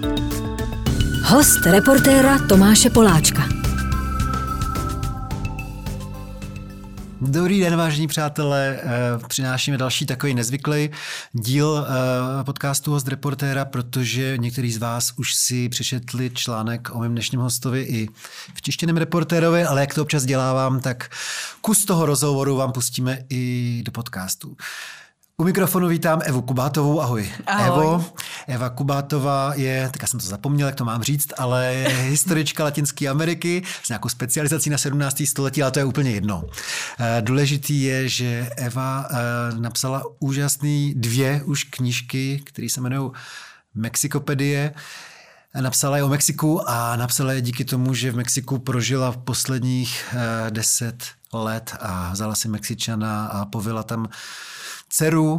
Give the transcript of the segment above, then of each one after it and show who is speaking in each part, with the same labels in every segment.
Speaker 1: Host reportéra Tomáše Poláčka.
Speaker 2: Dobrý den, vážení přátelé. Přinášíme další takový nezvyklý díl podcastu Host reportéra, protože některý z vás už si přečetli článek o mém dnešním hostovi i v tištěném Reportérovi, ale jak to občas dělávám, tak kus toho rozhovoru vám pustíme i do podcastu. U mikrofonu vítám Evu Kubátovou. Ahoj.
Speaker 3: Ahoj.
Speaker 2: Eva Kubátová je, tak já jsem to zapomněl, jak to mám říct, ale je historička Latinské Ameriky s nějakou specializací na 17. století, ale to je úplně jedno. Důležitý je, že Eva napsala úžasný 2 už knížky, které se jmenují Mexikopedie. Napsala je o Mexiku a napsala je díky tomu, že v Mexiku prožila v posledních 10 let a vzala si Mexičana a povila tam dceru.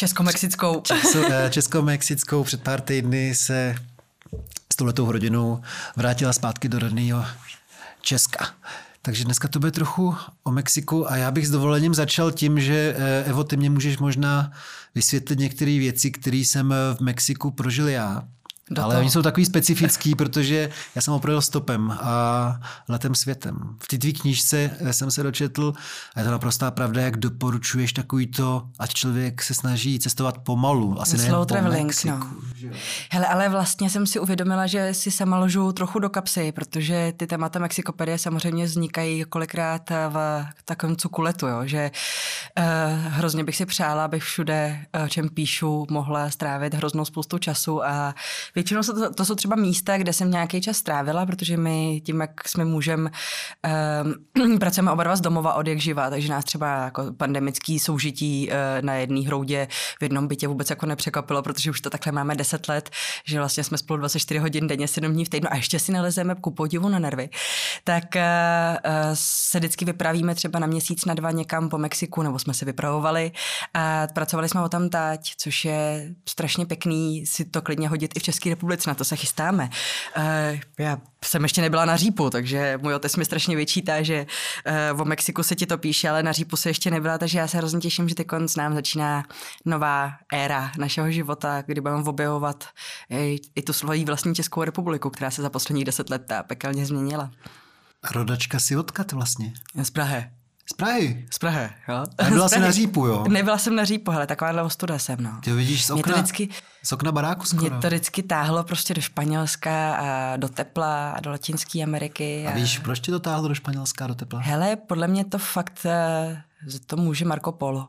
Speaker 2: Česko-mexickou. Před pár týdny se s touhletou rodinou vrátila zpátky do rodného Česka. Takže dneska to bude trochu o Mexiku a já bych s dovolením začal tím, že Evo, ty mě můžeš možná vysvětlit některé věci, které jsem v Mexiku prožil já. Ale oni jsou takový specifický, protože já jsem opravdu stopem a letem světem. V té tvý knížce jsem se dočetl, a je to naprostá pravda, jak doporučuješ takový to, ať člověk se snaží cestovat pomalu. Asi nejen po Mexiku. No.
Speaker 3: Hele, ale vlastně jsem si uvědomila, že si sama ložu trochu do kapsy, protože ty témata Mexikopedie samozřejmě vznikají kolikrát v takovém cukuletu, jo? Že hrozně bych si přála, abych všude, o čem píšu, mohla strávit hroznou spoustu času a většinou to jsou třeba místa, kde jsem nějaký čas strávila, protože my tím, jak jsme mužem, pracujeme oba dva z domova od jak živa, takže nás třeba jako pandemický soužití na jedné hroudě v jednom bytě vůbec jako nepřekvapilo, protože už to takhle máme 10 let, že vlastně jsme spolu 24 hodin denně, 7 dní v týdnu a ještě si nalezeme ku podivu na nervy. Tak se vždycky vypravíme třeba na měsíc, na 2 někam po Mexiku, nebo jsme se vypravovali a pracovali jsme o tam tať, což je strašně pěkný si to klidně hodit i v České republice, na to se chystáme. Já jsem ještě nebyla na Řípu, takže můj otec mi strašně vyčítá, že o Mexiku se ti to píše, ale na Řípu se ještě nebyla, takže já se hrozně těším, že teď s nám začíná nová éra našeho života, kdy budeme objevovat i tu svoji vlastní Českou republiku, která se za posledních 10 let pekelně změnila.
Speaker 2: Rodačka si odkud vlastně?
Speaker 3: Z Prahy.
Speaker 2: Z Prahy?
Speaker 3: Z Prahy, jo.
Speaker 2: Nebyla jsi na Řípu, jo?
Speaker 3: Nebyla jsem na Řípu, hele, takováhle ostuda jsem, no.
Speaker 2: Ty vidíš z okna baráku skoro.
Speaker 3: Mě to vždycky táhlo prostě do Španělska a do tepla a do Latinské Ameriky.
Speaker 2: A víš, proč tě to táhlo do Španělska a do tepla?
Speaker 3: Hele, podle mě to fakt, to může Marco Polo.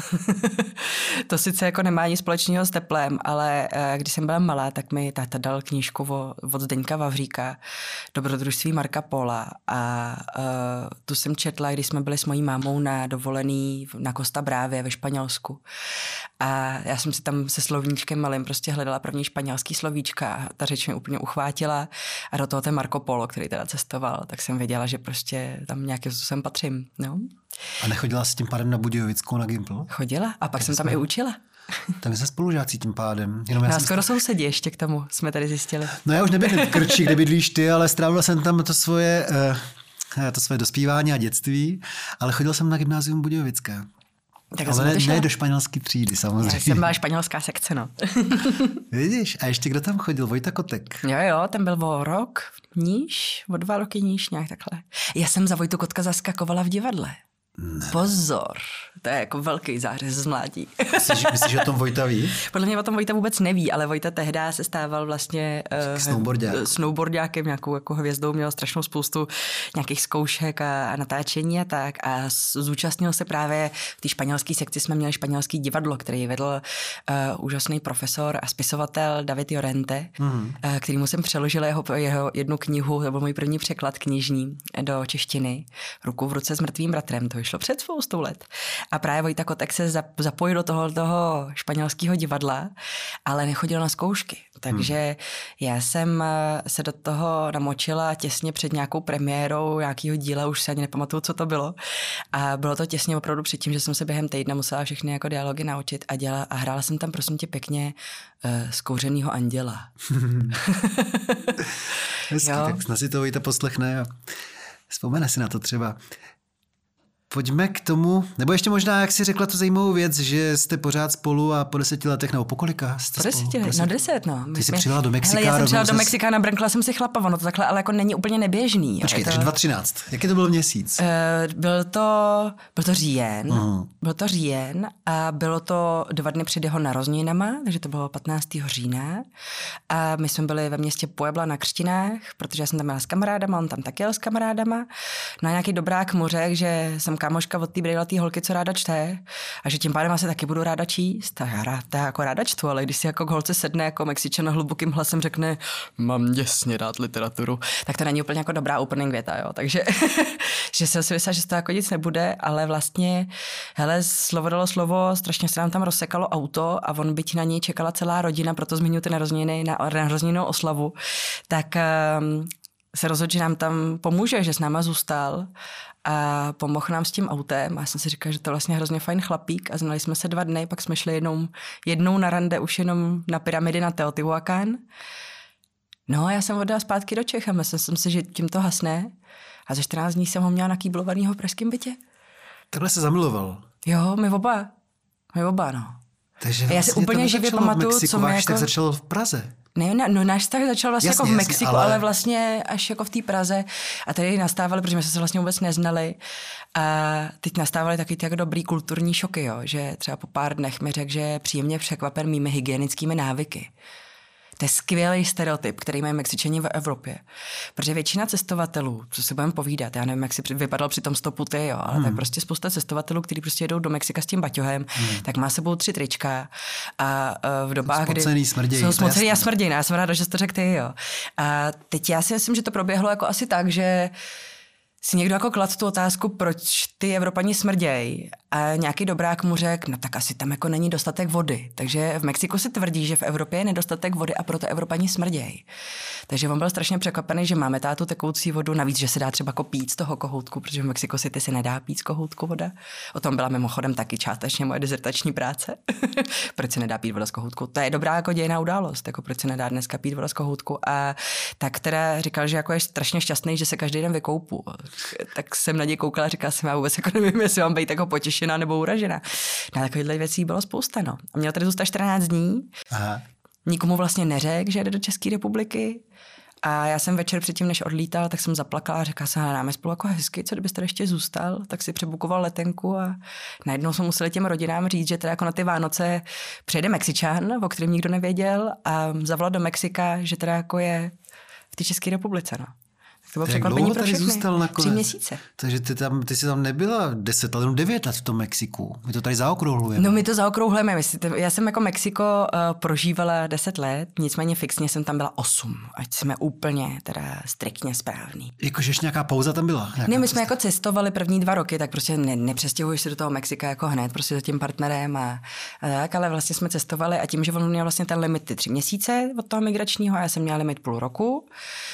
Speaker 3: To sice jako nemá nic společného s teplem, ale když jsem byla malá, tak mi táta dal knížku od Zdeňka Vavříka Dobrodružství Marca Pola a tu jsem četla, když jsme byli s mojí mámou na dovolený na Costa Bravě ve Španělsku. A já jsem si tam se slovníčkem malým prostě hledala první španělský slovíčka a ta řeč mě úplně uchvátila a do toho ten Marco Polo, který teda cestoval, tak jsem věděla, že prostě tam nějakým způsobem patřím. No.
Speaker 2: A nechodila jsi tím pádem na Budějovickou na Gimpl?
Speaker 3: Chodila a pak jsem tam i učila.
Speaker 2: Tak my jsme spolužáci tím pádem.
Speaker 3: Skoro sousedí ještě k tomu, jsme tady zjistili.
Speaker 2: No já už nebydlím v Krči, kde bydlíš ty, ale strávil jsem tam to svoje dospívání a dětství, ale chodil jsem na gymnázium Budějovické.
Speaker 3: Tak
Speaker 2: ale ne do španělské třídy samozřejmě.
Speaker 3: Já jsem byla španělská sekce, no.
Speaker 2: Vidíš, a ještě kdo tam chodil? Vojta Kotek.
Speaker 3: Jo, ten byl o rok níž, o 2 roky níž, nějak takhle. Já jsem za Vojtu Kotka zaskakovala v divadle. Ne. Pozor, to je jako velký zářez z mládí.
Speaker 2: Myslíš, že o tom Vojta ví?
Speaker 3: Podle mě o tom Vojta vůbec neví, ale Vojta tehdy se stával vlastně snowboardiákem, nějakou jako hvězdou, měl strašnou spoustu nějakých zkoušek a natáčení a tak a zúčastnil se právě v té španělské sekci, jsme měli španělský divadlo, který vedl úžasný profesor a spisovatel David Llorente, kterýmu jsem přeložila jeho jednu knihu, to byl můj první překlad knižní do češtiny, Ruku v ruce s mrtvým bratrem, to vyšlo před spoustou let. A právě Vojta Kotek se zapojil do toho španělského divadla, ale nechodil na zkoušky. Takže já jsem se do toho namočila těsně před nějakou premiérou nějakého díla, už se ani nepamatuju, co to bylo. A bylo to těsně opravdu předtím, že jsem se během týdne musela všechny jako dialogy naučit a hrála jsem tam prosím tě pěkně zkouřenýho anděla.
Speaker 2: Hezky, tak snad si to Vojta poslechne a vzpomene si na to třeba. Pojďme k tomu, nebo ještě možná, jak jsi řekla tu zajímavou věc, že jste pořád spolu a po 10 letech, nebo po kolika jste
Speaker 3: po 10 letech, no 10, no.
Speaker 2: Ty jsi přijela do Mexika.
Speaker 3: Hele, já jsem přijela do Mexika, nabrnkla jsem si chlapa, ono to takhle, ale jako není úplně neběžný.
Speaker 2: Počkej, takže 2013. Jaký to byl měsíc?
Speaker 3: Byl to říjen. Byl to říjen a bylo to 2 dny před jeho narozeninama, takže to bylo 15. října. A my jsme byli ve městě Puebla na křtinách, protože já jsem tam byla s kamarádama, on tam taky jel s kamarádama. Na nějaký dobrák mu řekl, že jsem kámoška od té brejlatý holky, co ráda čte, a že tím pádem asi taky budu ráda číst. A já jako ráda čtu, ale když si jako k holce sedne jako Mexičan hlubokým hlasem řekne, mám děsně rád literaturu, tak to není úplně jako dobrá opening věta, jo. Takže že jsem si myslela, že z toho jako nic nebude, ale vlastně, hele, slovo dalo slovo, strašně se nám tam rozsekalo auto a on byť na něj čekala celá rodina, proto zmiňuji ty narozeniny na narozeninovou oslavu, tak se rozhodl, že nám tam pomůže, že s náma zůstal a pomohl nám s tím autem. A já jsem si říkala, že to vlastně hrozně fajn chlapík a znali jsme se 2 dny, pak jsme šli jednou na rande už jenom na pyramidy na Teotihuacán. No a já jsem odjela zpátky do Čech a myslel jsem si, že tím to hasne. A za 14 dní jsem ho měla nakýblovanýho v pražském bytě.
Speaker 2: Takhle se zamiloval.
Speaker 3: Jo, my oba, no.
Speaker 2: Takže
Speaker 3: já si úplně živě pamatuju, co mi jako...
Speaker 2: tak začalo v Praze.
Speaker 3: Ne, náš vztah začal vlastně
Speaker 2: jasně,
Speaker 3: jako v Mexiku, ale vlastně až jako v té Praze. A tady nastávali, protože my jsme se vlastně vůbec neznali. A teď nastávaly taky ty jako dobrý kulturní šoky, jo, že třeba po pár dnech mi řekl, že je příjemně překvapen mými hygienickými návyky. To je skvělý stereotyp, který mají Mexičani v Evropě. Protože většina cestovatelů, co si budeme povídat, já nevím, jak si vypadal při tom stopu ty, jo, ale tak prostě spousta cestovatelů, kteří prostě jedou do Mexika s tím baťohem, tak má sebou 3 trička a v dobách, kdy jsou smocený a smrdějí. Já jsem ráda, že jsi to řekl ty, jo. A teď já si myslím, že to proběhlo jako asi tak, že si někdo jako kladl tu otázku, proč ty Evropani smrdějí, a nějaký dobrák mu řekl, no tak asi tam jako není dostatek vody. Takže v Mexiku se tvrdí, že v Evropě je nedostatek vody a proto Evropani smrdějí. Takže on byl strašně překvapený, že máme tátu tekoucí vodu, navíc, že se dá třeba pít z toho kohoutku, protože v Mexiku City se nedá pít z kohoutku voda. O tom byla mimochodem taky částečně moje dizertační práce. Proč se nedá pít voda z kohoutku? To je dobrá jako dějinná událost, jako proč se nedá dneska pít voda z kohoutku. A tak teda říkal, že jako je strašně šťastný, že se každý den vykoupu. Tak jsem na něj koukala a říkala jsem, já vůbec jako nevím, jestli mám být jako potěšená nebo uražená. Na takovýchhle věcí bylo spousta, no. A měl tady zůstat 14 dní. Aha. Nikomu vlastně neřekl, že jde do České republiky. A já jsem večer předtím, než odlítal, tak jsem zaplakala a řekla jsem, nám je spolu jako hezky, co kdybyste ještě zůstal, tak si přebukoval letenku a najednou jsme museli těm rodinám říct, že teda jako na ty Vánoce přijede Mexičan, o kterém nikdo nevěděl, a zavolal do Mexika, že teda jako je v té České republice, no. To bylo překvapení pro všechny. 3 měsíce.
Speaker 2: Takže ty jsi tam nebyla 10 let, jenom 9 let v tom Mexiku. My to tady zaokrouhlujeme.
Speaker 3: No my to zaokrouhlujeme. Já jsem jako Mexiko prožívala 10 let, nicméně fixně jsem tam byla 8. Ať jsme úplně teda striktně správný.
Speaker 2: Jakože ještě nějaká pauza tam byla?
Speaker 3: Ne, my jsme jako cestovali první 2 roky, tak prostě nepřestěhuješ se do toho Mexika jako hned, prostě za tím partnerem a tak, ale vlastně jsme cestovali a tím, že on měl vlastně ten limit ty 3 měsíce od toho migračního a já jsem měla limit půl roku,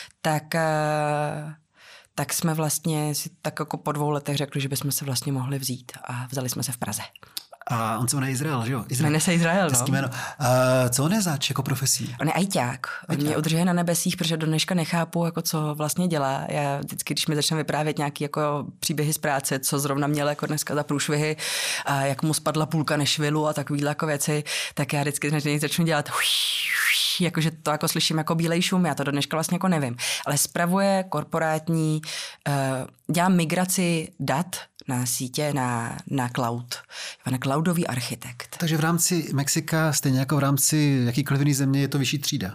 Speaker 3: tak jsme vlastně si tak jako po 2 letech řekli, že bychom se vlastně mohli vzít a vzali jsme se v Praze.
Speaker 2: A on se jmenuje Izrael, že jo?
Speaker 3: Jmenuje se Izrael, no.
Speaker 2: Jméno. Co on je zač jako profesí?
Speaker 3: On je ajťák. On mě udržuje na nebesích, protože do dneška nechápu, jako co vlastně dělá. Já vždycky, když mi začne vyprávět nějaký jako příběhy z práce, co zrovna měl jako dneska za průšvihy a jak mu spadla půlka nešvilu a takovýhle jako věci, tak já vždycky začnu dělat jakože to jako slyším jako bílej šum, já to do dneška vlastně jako nevím. Ale spravuje korporátní, dělá migraci dat na sítě, na cloud. Na cloudový architekt.
Speaker 2: Takže v rámci Mexika, stejně jako v rámci jakýkoliv jiný země, je to vyšší třída?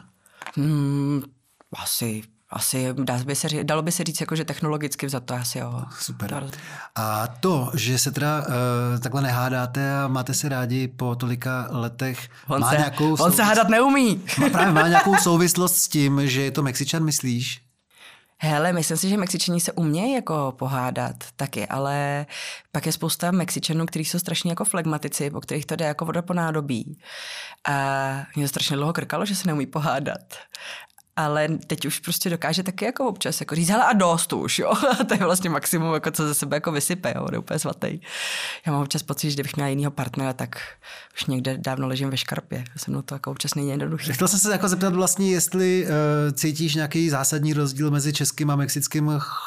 Speaker 3: Asi dalo by se říct, jako, že technologicky vzato asi jo.
Speaker 2: Super. A to, že se teda takhle nehádáte a máte se rádi po tolika letech,
Speaker 3: on se hádat neumí.
Speaker 2: Má nějakou souvislost s tím, že je to Mexičan, myslíš?
Speaker 3: Hele, myslím si, že Mexičani se umějí jako pohádat taky, ale pak je spousta Mexičanů, kteří jsou strašně jako flegmatici, po kterých to jde jako voda po nádobí. A mě to strašně dlouho krkalo, že se neumí pohádat. Ale teď už prostě dokáže taky jako občas jako říct, hele a dost už, jo. A to je vlastně maximum, jako co ze sebe jako vysype, jo, je úplně svatý. Já mám občas pocit, že kdybych měla jinýho partnera, tak už někde dávno ležím ve škarpě. Se mnou to jako občas není jednoduché.
Speaker 2: Chtěl jsem se jako zeptat vlastně, jestli cítíš nějaký zásadní rozdíl mezi českým a mexickým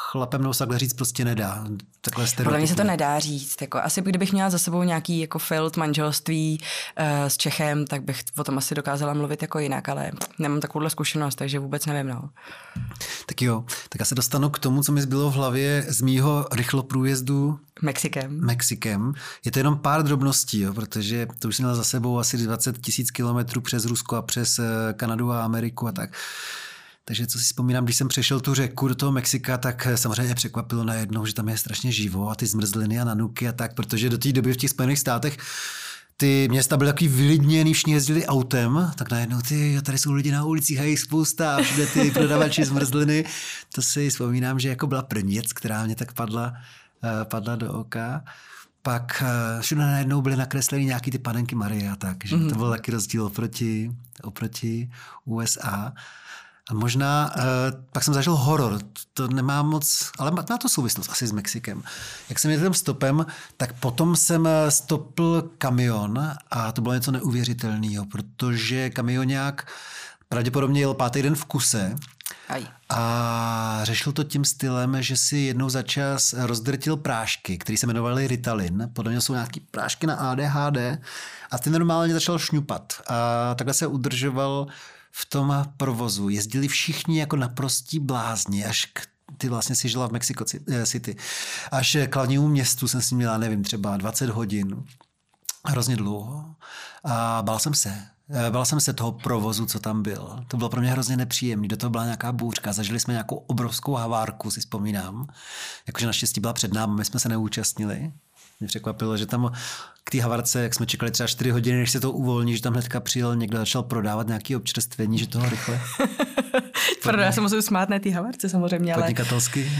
Speaker 2: chlapem nebo takhle říct prostě nedá. Takhle
Speaker 3: podle mě se to nedá říct. Jako, asi kdybych měla za sebou nějaký jako filt manželství s Čechem, tak bych o tom asi dokázala mluvit jako jinak, ale nemám takovouhle zkušenost, takže vůbec nevím. No.
Speaker 2: Tak jo, tak já se dostanu k tomu, co mi zbylo v hlavě z mýho rychloprůjezdu Mexikem. Je to jenom pár drobností, jo, protože to už jsem měl za sebou asi 20 000 kilometrů přes Rusko a přes Kanadu a Ameriku a tak. Takže co si vzpomínám, když jsem přešel tu řeku do toho Mexika, tak samozřejmě překvapilo najednou, že tam je strašně živo a ty zmrzliny a nanuky a tak, protože do té doby v těch Spojených státech ty města byly takový vylidněný, všichni jezdili autem, tak najednou tady jsou lidi na ulicích a jich spousta a všude ty prodavači zmrzliny. To si vzpomínám, že jako byla první věc, která mě tak padla do oka. Pak všude najednou byly nakresleny nějaký ty panenky Marie a tak, že to byl taky rozdíl oproti USA. A možná, pak jsem zažil horor, to nemá moc, ale má to souvislost asi s Mexikem. Jak jsem jel tím stopem, tak potom jsem stopl kamion a to bylo něco neuvěřitelného, protože kamionák pravděpodobně jel 5. den v kuse a řešil to tím stylem, že si jednou za čas rozdrtil prášky, které se jmenovaly Ritalin. Podle mě jsou nějaký prášky na ADHD a ty normálně začal šňupat. A takhle se udržoval v tom provozu. Jezdili všichni jako naprostí blázni, ty vlastně si žila v Mexico City. Až k hlavnímu městu jsem si měla, nevím, třeba 20 hodin. Hrozně dlouho. A bál jsem se toho provozu, co tam byl. To bylo pro mě hrozně nepříjemný. Do toho byla nějaká bouřka. Zažili jsme nějakou obrovskou havárku, si vzpomínám. Jakože naštěstí byla před námi, my jsme se neúčastnili. Mě překvapilo, že tam k té havarce, jak jsme čekali třeba 4 hodiny, než se to uvolní, že tam hnedka přijel někdo začal prodávat nějaké občerstvení, že toho rychle.
Speaker 3: Pardon, já se musím smát na té havarce samozřejmě, ale...
Speaker 2: Podnikatelsky.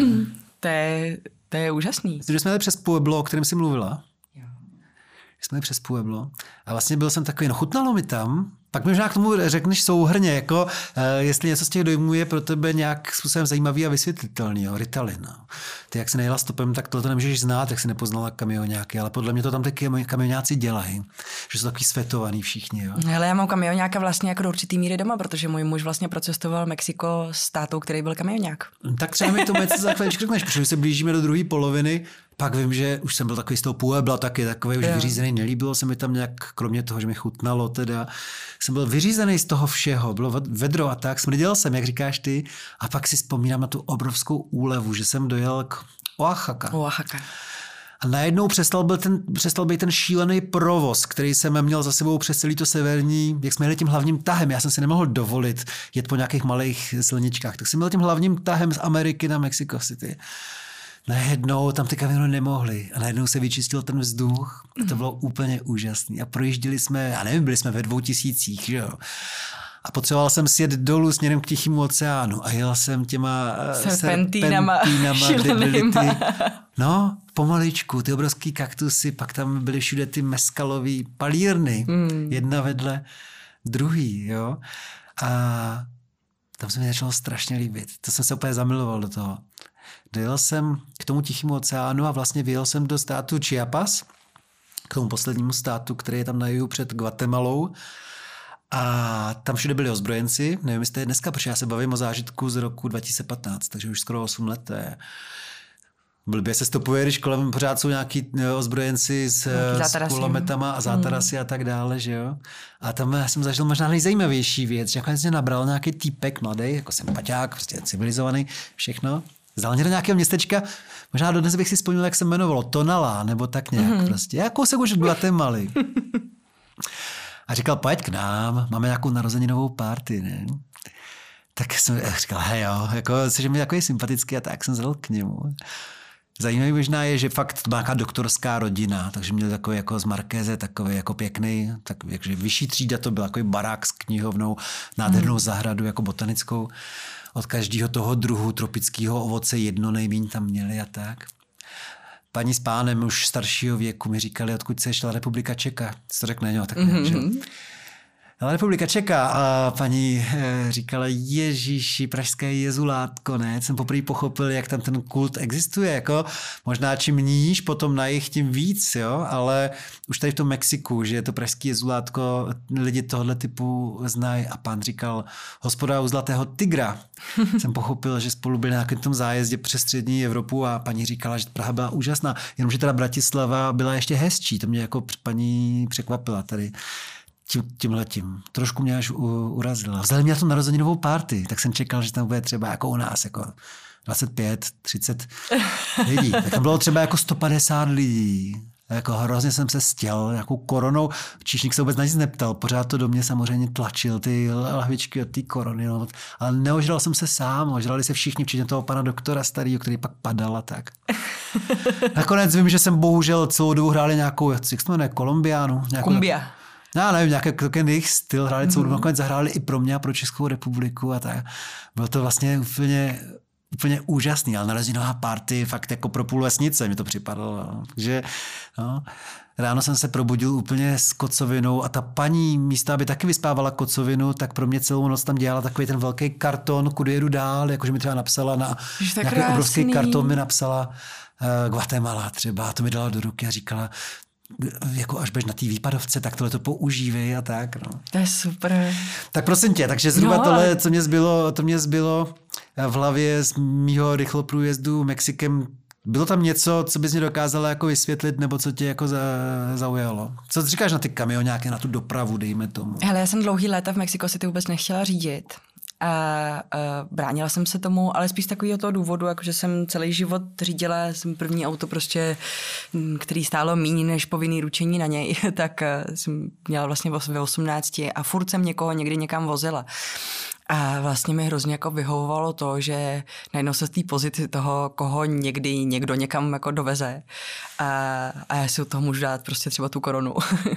Speaker 3: To je úžasný.
Speaker 2: Že jsme jeli přes Pueblo, o kterém jsi mluvila. Jsme jeli přes Pueblo. A vlastně byl jsem takový, chutnalo mi tam. Pak možná k tomu řekneš souhrně, jako jestli něco z těch dojmů je pro tebe nějak způsobem zajímavý a vysvětlitelný, jo, Ritalin. Ty, jak se nejela stopem, tak to nemůžeš znát, jak si nepoznala kamioňáky, ale podle mě to tam taky kamioňáci dělají, že jsou takový světovaný všichni. Jo.
Speaker 3: Hele, já mám kamioňáka vlastně jako do určitý míry doma, protože můj muž vlastně procestoval Mexiko s tátou, který byl kamioňák.
Speaker 2: Tak třeba mi to něco za chvíličku řekneš, protože se blížíme do druhé poloviny. Pak vím, že už jsem byl takový z toho Puebla taky, takový už vyřízený, nelíbilo se mi tam nějak, kromě toho, že mi chutnalo teda, jsem byl vyřízený z toho všeho, bylo vedro a tak, smrděl jsem, jak říkáš ty, a pak si vzpomínám na tu obrovskou úlevu, že jsem dojel k Oaxaca. A najednou přestal být ten šílený provoz, který jsem měl za sebou přes celý to severní, jak jsme jeli tím hlavním tahem, já jsem si nemohl dovolit jet po nějakých malých silničkách, tak jsem měl tím hlavním tahem z Ameriky na Mexico City. Najednou tam ty kamiony nemohly a najednou se vyčistil ten vzduch a to bylo úplně úžasný. A projížděli jsme, já nevím, byli jsme ve 2000, že jo. A potřeboval jsem sjet dolů směrem k Tichému oceánu a jel jsem těma serpentínama
Speaker 3: šílenýma.
Speaker 2: No, pomaličku, ty obrovský kaktusy, pak tam byly všude ty meskalový palírny, jedna vedle druhý, jo. A tam se mi začalo strašně líbit. To jsem se úplně zamiloval do toho. Dojel jsem k tomu Tichému oceánu a vlastně vyjel jsem do státu Chiapas, k tomu poslednímu státu, který je tam na jihu před Guatemalou. A tam všude byli ozbrojenci, nevím, jestli to je dneska, protože já se bavím o zážitku z roku 2015, takže už skoro 8 let to je. Blbě se stopuje, když kolem pořád jsou nějaký ozbrojenci s kulometama a zátarasy a tak dále, že jo. A tam jsem zažil možná nejzajímavější věc, že nakonec mě nabral nějaký týpek mladý, jako sympatiák, prostě civilizovaný, všechno. Zdal mě do nějakého městečka, možná dodnes bych si vzpomněl, jak se jmenovalo, Tonalá, nebo tak nějak prostě. Jako se už v Guatemaly. A říkal, pojď k nám, máme nějakou narozeninovou party, ne? Tak jsem říkal, hej jo, jako, že mi takový sympatický a tak jsem zjel k němu. Zajímavý možná je, že fakt to byla nějaká doktorská rodina, takže měl takový jako z Markéze, takový jako pěkný, tak jakže vyšší třída to byl takový barák s knihovnou, nádhernou zahradu jako botanickou. Od každého toho druhu tropického ovoce jedno nejméně tam měli a tak. Paní s pánem už staršího věku mi říkali, odkud se šla Republika Čeka. Co to řekne, no, tak ne, že? republika čeká a paní říkala, Ježíši, pražské jezulátko, ne? Jsem poprvé pochopil, jak tam ten kult existuje, jako možná čím níž, potom na jich tím víc, jo, ale už tady v tom Mexiku, že je to pražský jezulátko, lidi tohle typu znají a pán říkal, hospoda u Zlatého tygra. Jsem pochopil, že spolu byli na nějakém tom zájezdě přes střední Evropu a paní říkala, že Praha byla úžasná, jenomže teda Bratislava byla ještě hezčí, to mě jako paní překvapila tady. Tímhletím. Trošku mě až urazila. Vzali mě na tu narozeninovou party, tak jsem čekal, že tam bude třeba jako u nás, jako 25, 30 lidí. Tak tam bylo třeba jako 150 lidí. Jako hrozně jsem se stěl nějakou koronou. Číšník se vůbec na nic neptal. Pořád to do mě samozřejmě tlačil ty lahvičky od té korony. No. Ale neožral jsem se sám. Ožrali se všichni, včetně toho pana doktora starýho, který pak padal a tak. Nakonec vím, že jsem bohužel celou dobu hráli nějakou, jak se jmenuje, kolumbiánu.
Speaker 3: Kumbia.
Speaker 2: Já nevím, nějaký jejich styl hráli celou dobu, nakonec zahráli i pro mě a pro Českou republiku a tak. Bylo to vlastně úplně úžasný, ale narozeninová party fakt jako pro půl vesnice mi to připadalo. No. Takže no, ráno jsem se probudil úplně s kocovinou a ta paní místo, aby taky vyspávala kocovinu, tak pro mě celou noc tam dělala takový ten velký karton, kudy jedu dál, jakože mi třeba napsala na nějaký obrovský karton mi napsala Guatemala třeba, to mi dala do ruky a říkala, jako až budeš na té výpadovce, tak tohle to používej a tak. No.
Speaker 3: To je super.
Speaker 2: Tak prosím tě, takže zhruba tohle, co mě zbylo v hlavě z mýho rychloprůjezdu Mexikem. Bylo tam něco, co bys mě dokázala jako vysvětlit, nebo co tě jako zaujalo? Co ty říkáš na ty kamionáky, na tu dopravu, dejme tomu?
Speaker 3: Hele, já jsem dlouhý léta v Mexico City vůbec nechtěla řídit. A bránila jsem se tomu, ale spíš takového toho důvodu, jakože jsem celý život řídila, jsem první auto prostě, který stálo méně než povinný ručení na něj, tak jsem měla vlastně ve 18 a furt jsem někoho někdy někam vozila. A vlastně mi hrozně jako vyhovovalo to, že najednou se z té pozici toho, koho někdy někdo někam jako doveze a já si u toho můžu dát prostě třeba tu korunu.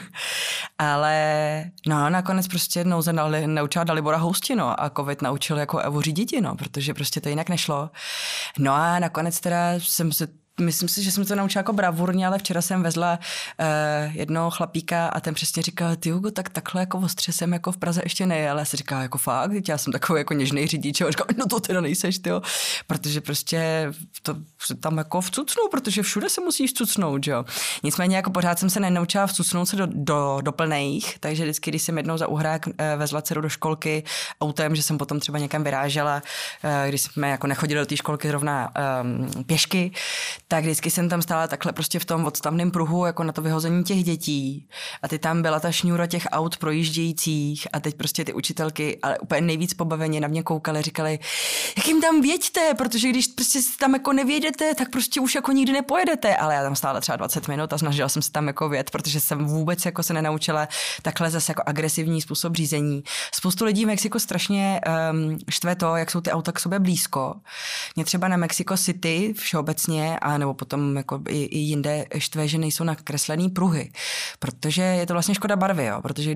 Speaker 3: Ale no nakonec prostě nouze naučila Dalibora Houstino a covid naučil jako Evu říditi, no, protože prostě to jinak nešlo. No a nakonec teda myslím si, že jsem to naučila jako bravurně, ale včera jsem vezla jednoho chlapíka a ten přesně říkal, ty Hugo, tak takhle jako ostře jsem jako v Praze ještě nejel. Já si říkala, jako fakt, já jsem takový jako něžnej řidič. A říkal, no to teda nejseš, tyjo. Protože prostě to tam jako vcucnou, protože všude se musíš vcucnout, jo. Nicméně jako pořád jsem se nenaučila vcucnout se do plnejch, takže vždycky, když jsem jednou za uhrák vezla dceru do školky autem, že jsem potom třeba někam vyrážela, když jsme jako nechodili do té školky zrovna pěšky, tak vždycky jsem tam stála takhle prostě v tom odstavném pruhu jako na to vyhození těch dětí a ty tam byla ta šňůra těch aut projíždějících a teď prostě ty učitelky, ale úplně nejvíc pobaveně na mě koukaly, říkali, jak jim tam věďte, protože když prostě tam jako nevěděte, tak prostě už jako nikdy nepojedete, ale já tam stála třeba 20 minut a snažila jsem se tam jako vjet, protože jsem vůbec jako se nenaučila takhle zase jako agresivní způsob řízení. Spoustu lidí v Mexiku strašně štve to, jak jsou ty auta k sobě blízko. Mě třeba na Mexico City všeobecně a nebo potom jako i jinde štve, že nejsou nakreslený pruhy. Protože je to vlastně škoda barvy, jo? Protože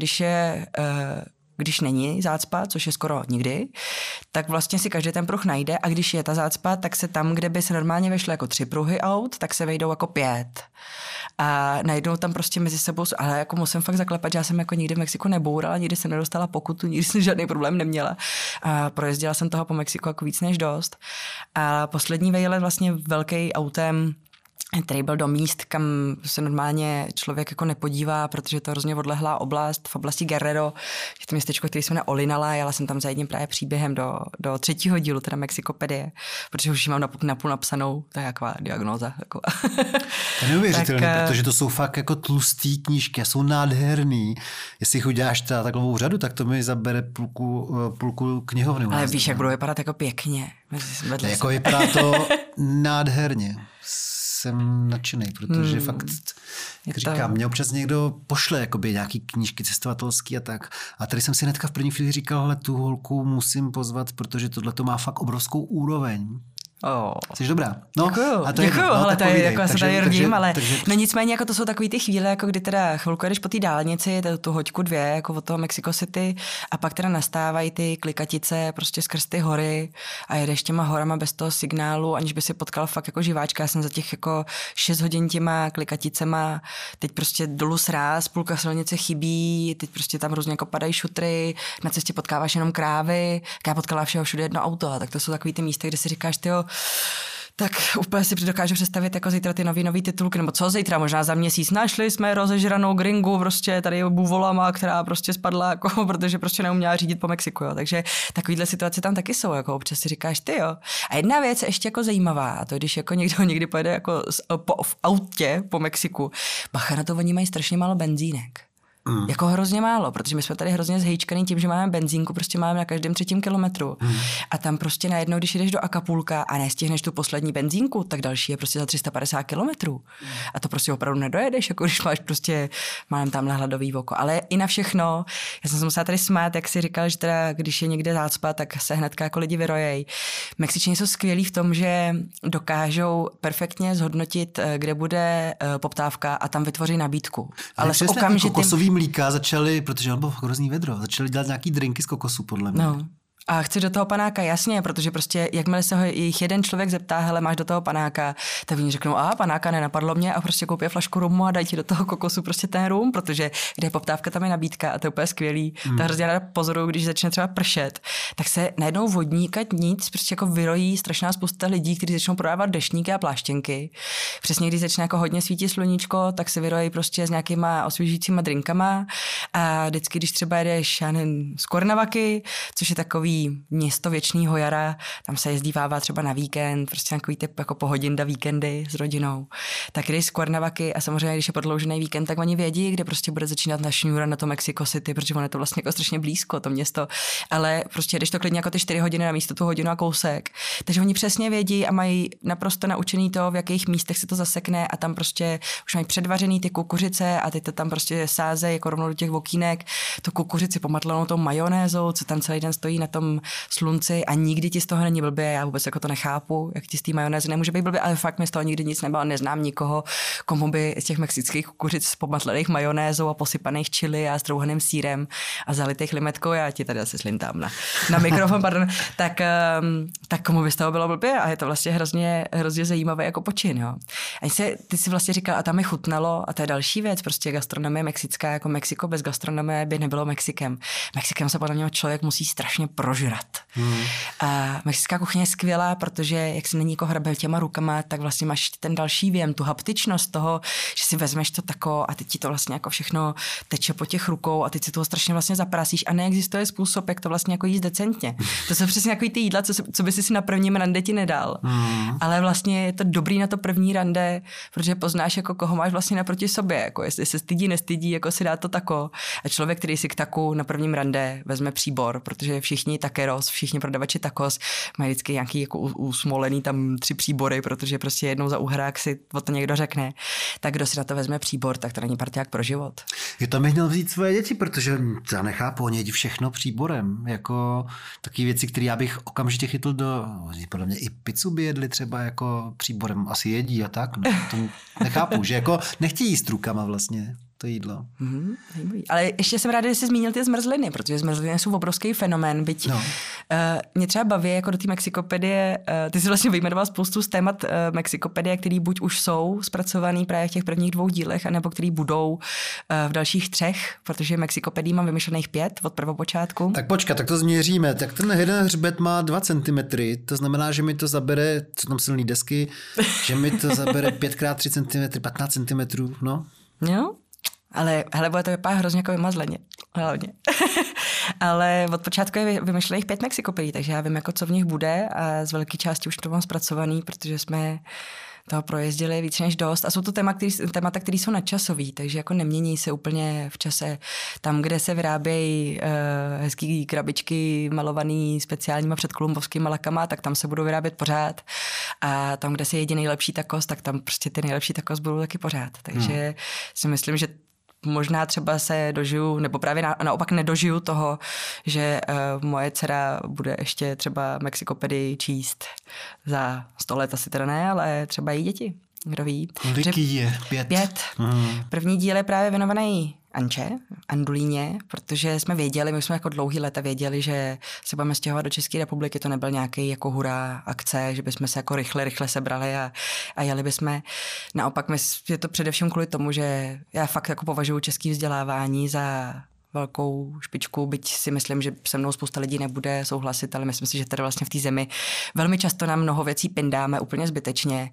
Speaker 3: když není zácpa, což je skoro nikdy, tak vlastně si každý ten pruh najde a když je ta zácpa, tak se tam, kde by se normálně vešly jako 3 pruhy aut, tak se vejdou jako 5. A najdou tam prostě mezi sebou, ale jako musím fakt zaklepat, že já jsem jako nikdy v Mexiku nebourala, nikdy jsem nedostala pokutu, nikdy jsem žádný problém neměla. A projezdila jsem toho po Mexiku jako víc než dost. A poslední vejlet vlastně velký autem, který byl do míst, kam se normálně člověk jako nepodívá, protože to je hrozně odlehlá oblast, v oblasti Guerrero, je to městečko, které se jmenuje Olinala, jela jsem tam za jedním právě příběhem do 3. dílu, teda Mexikopedie, protože už ji mám napůl napsanou, to je jaková diagnóza. Jako.
Speaker 2: To je neuvěřitelné, protože to jsou fakt jako tlustý knížky a jsou nádherný. Jestli jich uděláš takovou řadu, tak to mi zabere půlku knihovny.
Speaker 3: Ale víš, jak budou vypadat jako pěkně.
Speaker 2: Jako vypadá to nádherně. Jsem nadšený, protože fakt, jak říkám, mě občas někdo pošle jakoby nějaký knížky cestovatelský a tak. A tady jsem si hnedka v první chvíli říkal, hele, tu holku musím pozvat, protože tohle to má fakt obrovskou úroveň. Jsi dobrá. No,
Speaker 3: děkuju,
Speaker 2: a to děkuju,
Speaker 3: ale to je jako já se tady rodím, ale
Speaker 2: takže...
Speaker 3: no nicméně jako to jsou takový ty chvíle, jako kdy teda chvilku jedeš po té dálnici, tu hoďku 2, jako od toho Mexico City a pak teda nastávají ty klikatice prostě skrz ty hory a jedeš těma horama bez toho signálu, aniž by si potkal fakt jako živáčka. Já jsem za těch jako 6 hodin těma klikaticema, teď prostě dolů sráz, půlka silnice chybí, teď prostě tam různě jako padají šutry, na cestě potkáváš jenom krávy, já potkala všeho všude jedno auto, a tak to jsou takový ty místa, kde si říkáš, tyjo, tak úplně si dokážu představit jako zítra ty nový titulky, nebo co zítra, možná za měsíc. Našli jsme rozežranou gringu, prostě tady buvolama, která prostě spadla, jako, protože prostě neuměla řídit po Mexiku, jo. Takže takovýhle situace tam taky jsou, jako občas si říkáš, ty jo. A jedna věc je ještě jako zajímavá, a to když jako někdy pojede jako v autě po Mexiku, bacha na to, oni mají strašně málo benzínek. Jako hrozně málo, protože my jsme tady hrozně zhejčkaný tím, že máme benzínku, prostě máme na každém 3. kilometru. A tam prostě najednou, když jdeš do Acapulca a nestihneš tu poslední benzínku, tak další je prostě za 350 kilometrů. A to prostě opravdu nedojedeš, jako když máš prostě, mám tamhle hladový oko. Ale i na všechno, já jsem se musela tady smát, jak si říkal, že teda, když je někde zácpa, tak se hnedka jako lidi vyrojej. Mexičani jsou skvělí v tom, že dokážou perfektně zhodnotit, kde bude poptávka a tam vytvoří nabídku. Ale s okamžitým
Speaker 2: mlíka začali, protože on byl hrozný vedro, začali dělat nějaký drinky z kokosu, podle mě.
Speaker 3: No. A chci do toho panáka, jasně, protože prostě jakmile se ho jich jeden člověk zeptá, hele, máš do toho panáka, tak oni řeknou, panáka nenapadlo mě a prostě koupí flašku rumu a dají ti do toho kokosu prostě ten rum, protože kde je poptávka, tam je nabídka a to je úplně skvělý. To hrozně ráda pozoruju, když začne třeba pršet, tak se najednou vodníkat nic, prostě jako vyrojí strašná spousta lidí, kteří začnou prodávat deštníky a pláštěnky. Přesně když začne jako hodně svítit sluníčko, tak se vyrojí prostě s nějakýma osvěžujícíma drinkama a vždycky, když třeba jedeš, já nevím, z Cuernavaky, což je takový město věčného jara, tam se jezdívává třeba na víkend, prostě takový typ jako pohodinda víkendy s rodinou. Tak když z Cuernavaky a samozřejmě, když je prodloužený víkend, tak oni vědí, kde prostě bude začínat na šňůra na to Mexico City, protože ono je to vlastně jako strašně blízko, to město, ale prostě jdeš to klidně jako ty 4 hodiny na místo tu hodinu a kousek. Takže oni přesně vědí a mají naprosto naučený to, v jakých místech se to zasekne a tam prostě už mají předvařený ty kukuřice a teď to tam prostě sázejí jako rovnou do těch okýnek, tu kukuřici pomatlanou tou majonézou, co tam celý den stojí na tom slunci a nikdy ti z toho není blbě, já vůbec jako to nechápu, jak ti z té majonézy nemůže být blbě, ale fakt mi z toho nikdy nic nebylo, neznám nikoho, komu by z těch mexických kukuřic pomatlených majonézou a posypaných chili a strouhaným sýrem a zalitých limetkou, já ti tady asi slintám na mikrofon, pardon, tak komu by z toho bylo blbě a je to vlastně hrozně zajímavé jako počin, jo. A ty si vlastně říkal, a tam mi chutnalo a to je další věc, prostě gastronomie mexická, jako Mexiko bez gastronomie by nebylo Mexikem. Mexikem se podle mě člověk musí strašně prožrat. A mexická kuchyně je skvělá, protože jak si není jako hrabel těma rukama, tak vlastně máš ten další věm, tu haptičnost toho, že si vezmeš to tako a teď ti to vlastně jako všechno teče po těch rukou a teď si toho strašně vlastně zaprasíš a neexistuje způsob, jak to vlastně jako jíst decentně. To jsou přesně takový ty jídla, co by si na prvním rande ti nedal. Ale vlastně je to dobrý na to první rande, protože poznáš, jako koho máš vlastně naproti sobě, jako jestli se stydí, nestydí, jako si dá to tako. A člověk, který si k taku na prvním rande vezme příbor, protože všichni takeros, všichni prodavači tacos mají vždycky nějaký jako usmolený tam 3 příbory, protože prostě jednou za uhrák si o to někdo řekne. Tak kdo si na to vezme příbor, tak to není parťák pro život.
Speaker 2: Je to bych měl vzít svoje děti, protože já nechápu, oni jedí všechno příborem. Jako taky věci, které já bych okamžitě chytl podle mě i pizzu by jedli třeba jako příborem, asi jedí a tak. No, to nechápu, že jako nechtějí jíst rukama vlastně. To jídlo.
Speaker 3: Ale ještě jsem ráda, že jsi zmínil ty zmrzliny, protože zmrzliny jsou obrovský fenomén, byť mě třeba baví jako do té Mexikopedie, ty jsi vlastně vyjmenoval spoustu z témat Mexikopedie, který buď už jsou zpracovaný právě v těch prvních 2 dílech, anebo který budou v dalších 3, protože Mexikopedii mám vymyšlených 5 od prvopočátku. Tak
Speaker 2: počkat, tak to změříme. Tak ten jeden hřbet má 2 cm, to znamená, že mi to zabere, co tam silný desky, že mi to zabere 5x3 cm, 15 cm, no.
Speaker 3: Jo? Ale hele, bude to vypadá hrozně jako vymazleně, hlavně. Ale od počátku je vymyšlených 5 Mexikopedií, takže já vím, jako co v nich bude a z velké části už to mám zpracovaný, protože jsme toho projezdili víc než dost. A jsou to témata, které jsou nadčasový, takže jako nemění se úplně v čase. Tam, kde se vyrábějí hezký krabičky malovaný speciálníma předkolumbovskýma lakama, tak tam se budou vyrábět pořád. A tam, kde se jedí nejlepší tacos, tak tam prostě ty nejlepší tacos budou taky pořád. Takže si myslím, že možná třeba se dožiju, nebo právě naopak nedožiju toho, že moje dcera bude ještě třeba Mexikopedii číst za 100 let, asi teda ne, ale třeba její děti. Kdo ví?
Speaker 2: Kolik je? 5.
Speaker 3: První díl je právě věnovaný Anče, Andulíně, protože jsme věděli, my jsme jako dlouhý léta věděli, že se budeme stěhovat do České republiky, to nebyl nějaký jako hurá akce, že bychom se jako rychle sebrali a jeli bychom. Naopak je to především kvůli tomu, že já fakt jako považuji české vzdělávání za velkou špičku, byť si myslím, že se mnou spousta lidí nebude souhlasit, ale myslím si, že tady vlastně v té zemi velmi často nám mnoho věcí pindáme úplně zbytečně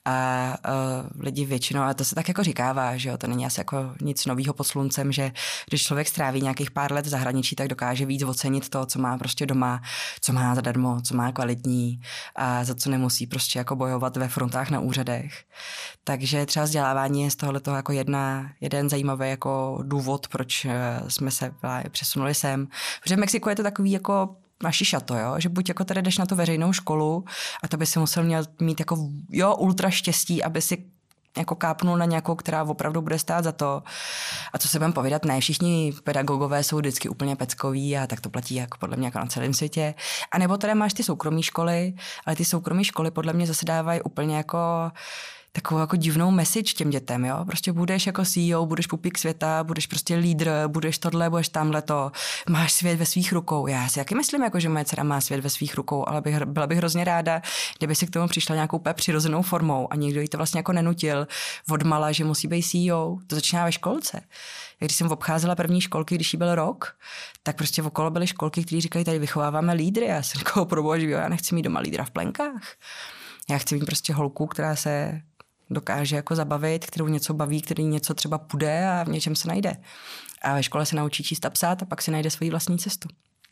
Speaker 3: a lidi většinou, a to se tak jako říkává, že jo, to není asi jako nic novýho pod sluncem, že když člověk stráví nějakých pár let v zahraničí, tak dokáže víc ocenit to, co má prostě doma, co má zadarmo, co má kvalitní a za co nemusí prostě jako bojovat ve frontách na úřadech. Takže třeba vzdělávání je z tohoto jako jeden zajímavý jako důvod, proč jsme se přesunuli sem. Protože v Mexiku je to takový jako naši šato, jo? Že buď jako tady jdeš na tu veřejnou školu a to by si musel mít jako ultra štěstí, aby si jako kápnul na nějakou, která opravdu bude stát za to. A co se budeme povídat, ne všichni pedagogové jsou vždycky úplně peckoví a tak to platí jako podle mě jako na celém světě. A nebo tady máš ty soukromé školy, ale ty soukromé školy podle mě zase dávají úplně jako takovou jako divnou message těm dětem, jo? Prostě budeš jako CEO, budeš pupík světa, budeš prostě lídr, budeš tohle, budeš tamhleto, máš svět ve svých rukou. Já si taky myslím, jako, že moje dcera má svět ve svých rukou, ale byla bych hrozně ráda, kdyby si k tomu přišla nějakou úplně přirozenou formou a někdo jí to vlastně jako nenutil odmala, že musí být CEO. To začíná ve školce. Když jsem obcházela první školky, když jí byl rok, tak prostě okolo byly školky, které říkají, tady vychováváme lídry. Já jsem říkala, proboha, já nechci mít doma lídra v plenkách. Já chci mít prostě holku, která se dokáže jako zabavit, kterou něco baví, který něco třeba půjde a v něčem se najde. A ve škole se naučí číst a psát a pak si najde svoji vlastní cestu.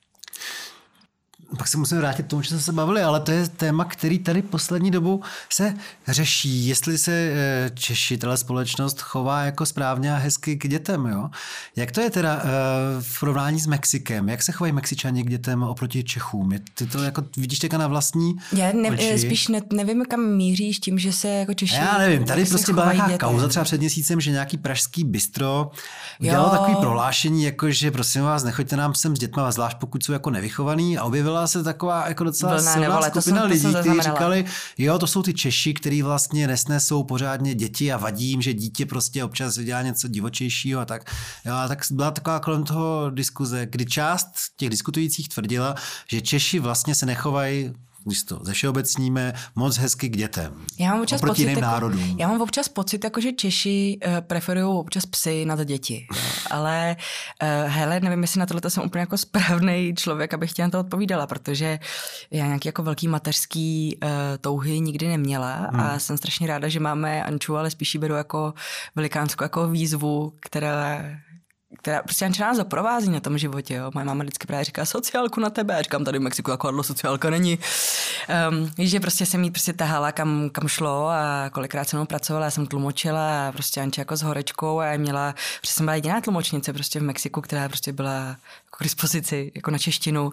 Speaker 2: Pak se musíme vrátit k tomu, že jsme se bavili, ale to je téma, který tady poslední dobou se řeší. Jestli se Češi, tato společnost chová jako správně a hezky k dětem, jo? Jak to je teda v porovnání s Mexikem? Jak se chovají Mexičani k dětem oproti Čechům? Ty to jako vidíš teďka na vlastní oči?
Speaker 3: Spíš nevím, kam míříš tím, že se jako Češi...
Speaker 2: Já nevím, tady prostě byla nějaká kauza třeba před měsícem, že nějaký pražský bistro udělalo takový prohlášení, jako že prosím vás, nechoďte nám sem s dětma, zvlášť pokud jsou jako nevychovaný, a objevila se taková jako docela silná skupina lidí, kteří říkali, jo, to jsou ty Češi, kteří vlastně nesnesou pořádně děti a vadí jim, že dítě prostě občas dělá něco divočejšího a tak. Jo, a tak byla taková kolem toho diskuze, kdy část těch diskutujících tvrdila, že Češi vlastně se nechovají, když to zevšeobecníme, moc hezky k dětem. Oproti jiným národům.
Speaker 3: Já mám občas pocit, jako, že Češi preferují občas psy nad děti. Jo. Ale hele, nevím, jestli na tohle jsem úplně jako správnej člověk, abych ti na to odpovídala, protože já nějaký jako velký mateřský touhy nikdy neměla a jsem strašně ráda, že máme Anču, ale spíš ji beru jako velikánskou jako výzvu, která prostě Anča nás doprovází na tom životě. Jo. Moje máma vždycky právě říká sociálku na tebe. Já říkám, tady v Mexiku jako sociálka není. Víš, že prostě jsem jí prostě tahala, kam šlo a kolikrát se mnou pracovala, já jsem tlumočila a prostě Anča jako s horečkou a já měla, protože jsem byla jediná tlumočnice prostě v Mexiku, která prostě byla jako k dispozici jako na češtinu.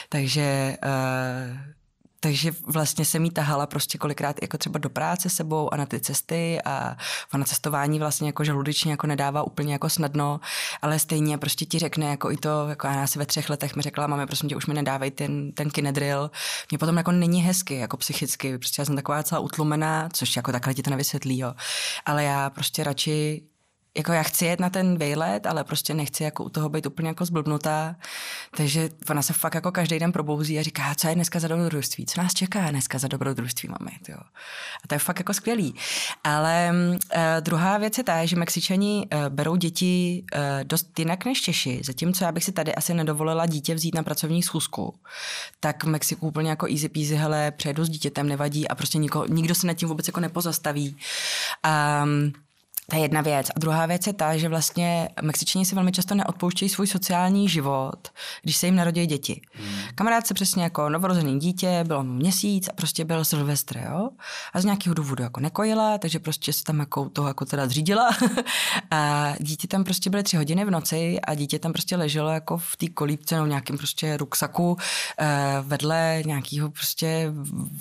Speaker 3: Takže vlastně jsem jí tahala prostě kolikrát jako třeba do práce sebou a na ty cesty a na cestování vlastně jako žaludeční jako nedává úplně jako snadno, ale stejně prostě ti řekne jako i to, jako já asi ve 3 letech mi řekla, mami, prosím tě, už mi nedávej ten kinedril. Mě potom jako není hezky, jako psychicky, prostě já jsem taková celá utlumená, což jako takhle ti to nevysvětlí, jo. Ale já prostě radši jako já chci jet na ten vejlet, ale prostě nechci jako u toho být úplně jako zblbnutá. Takže ona se fakt jako každý den probouzí a říká, co je dneska za dobrodružství, co nás čeká dneska za dobrodružství, mami. Jo. A to je fakt jako skvělý. Ale druhá věc je ta, že Mexičani berou děti dost jinak než Češi. Zatímco já bych si tady asi nedovolila dítě vzít na pracovní schůzku, tak v Mexiku úplně jako easy peasy, hele, přejedu s dítětem, nevadí a prostě nikdo se nad tím vůbec jako nepozastaví. To je jedna věc. A druhá věc je ta, že vlastně Mexičani si velmi často neodpouštějí svůj sociální život, když se jim narodí děti. Kamarád se přesně jako novorozený dítě, bylo mu měsíc a prostě byl Silvestr, jo? A z nějakého důvodu jako nekojila, takže prostě se tam jako toho jako teda zřídila. A dítě tam prostě byly 3 hodiny v noci a dítě tam prostě leželo jako v té kolípce nebo nějakým prostě ruksaku vedle nějakého prostě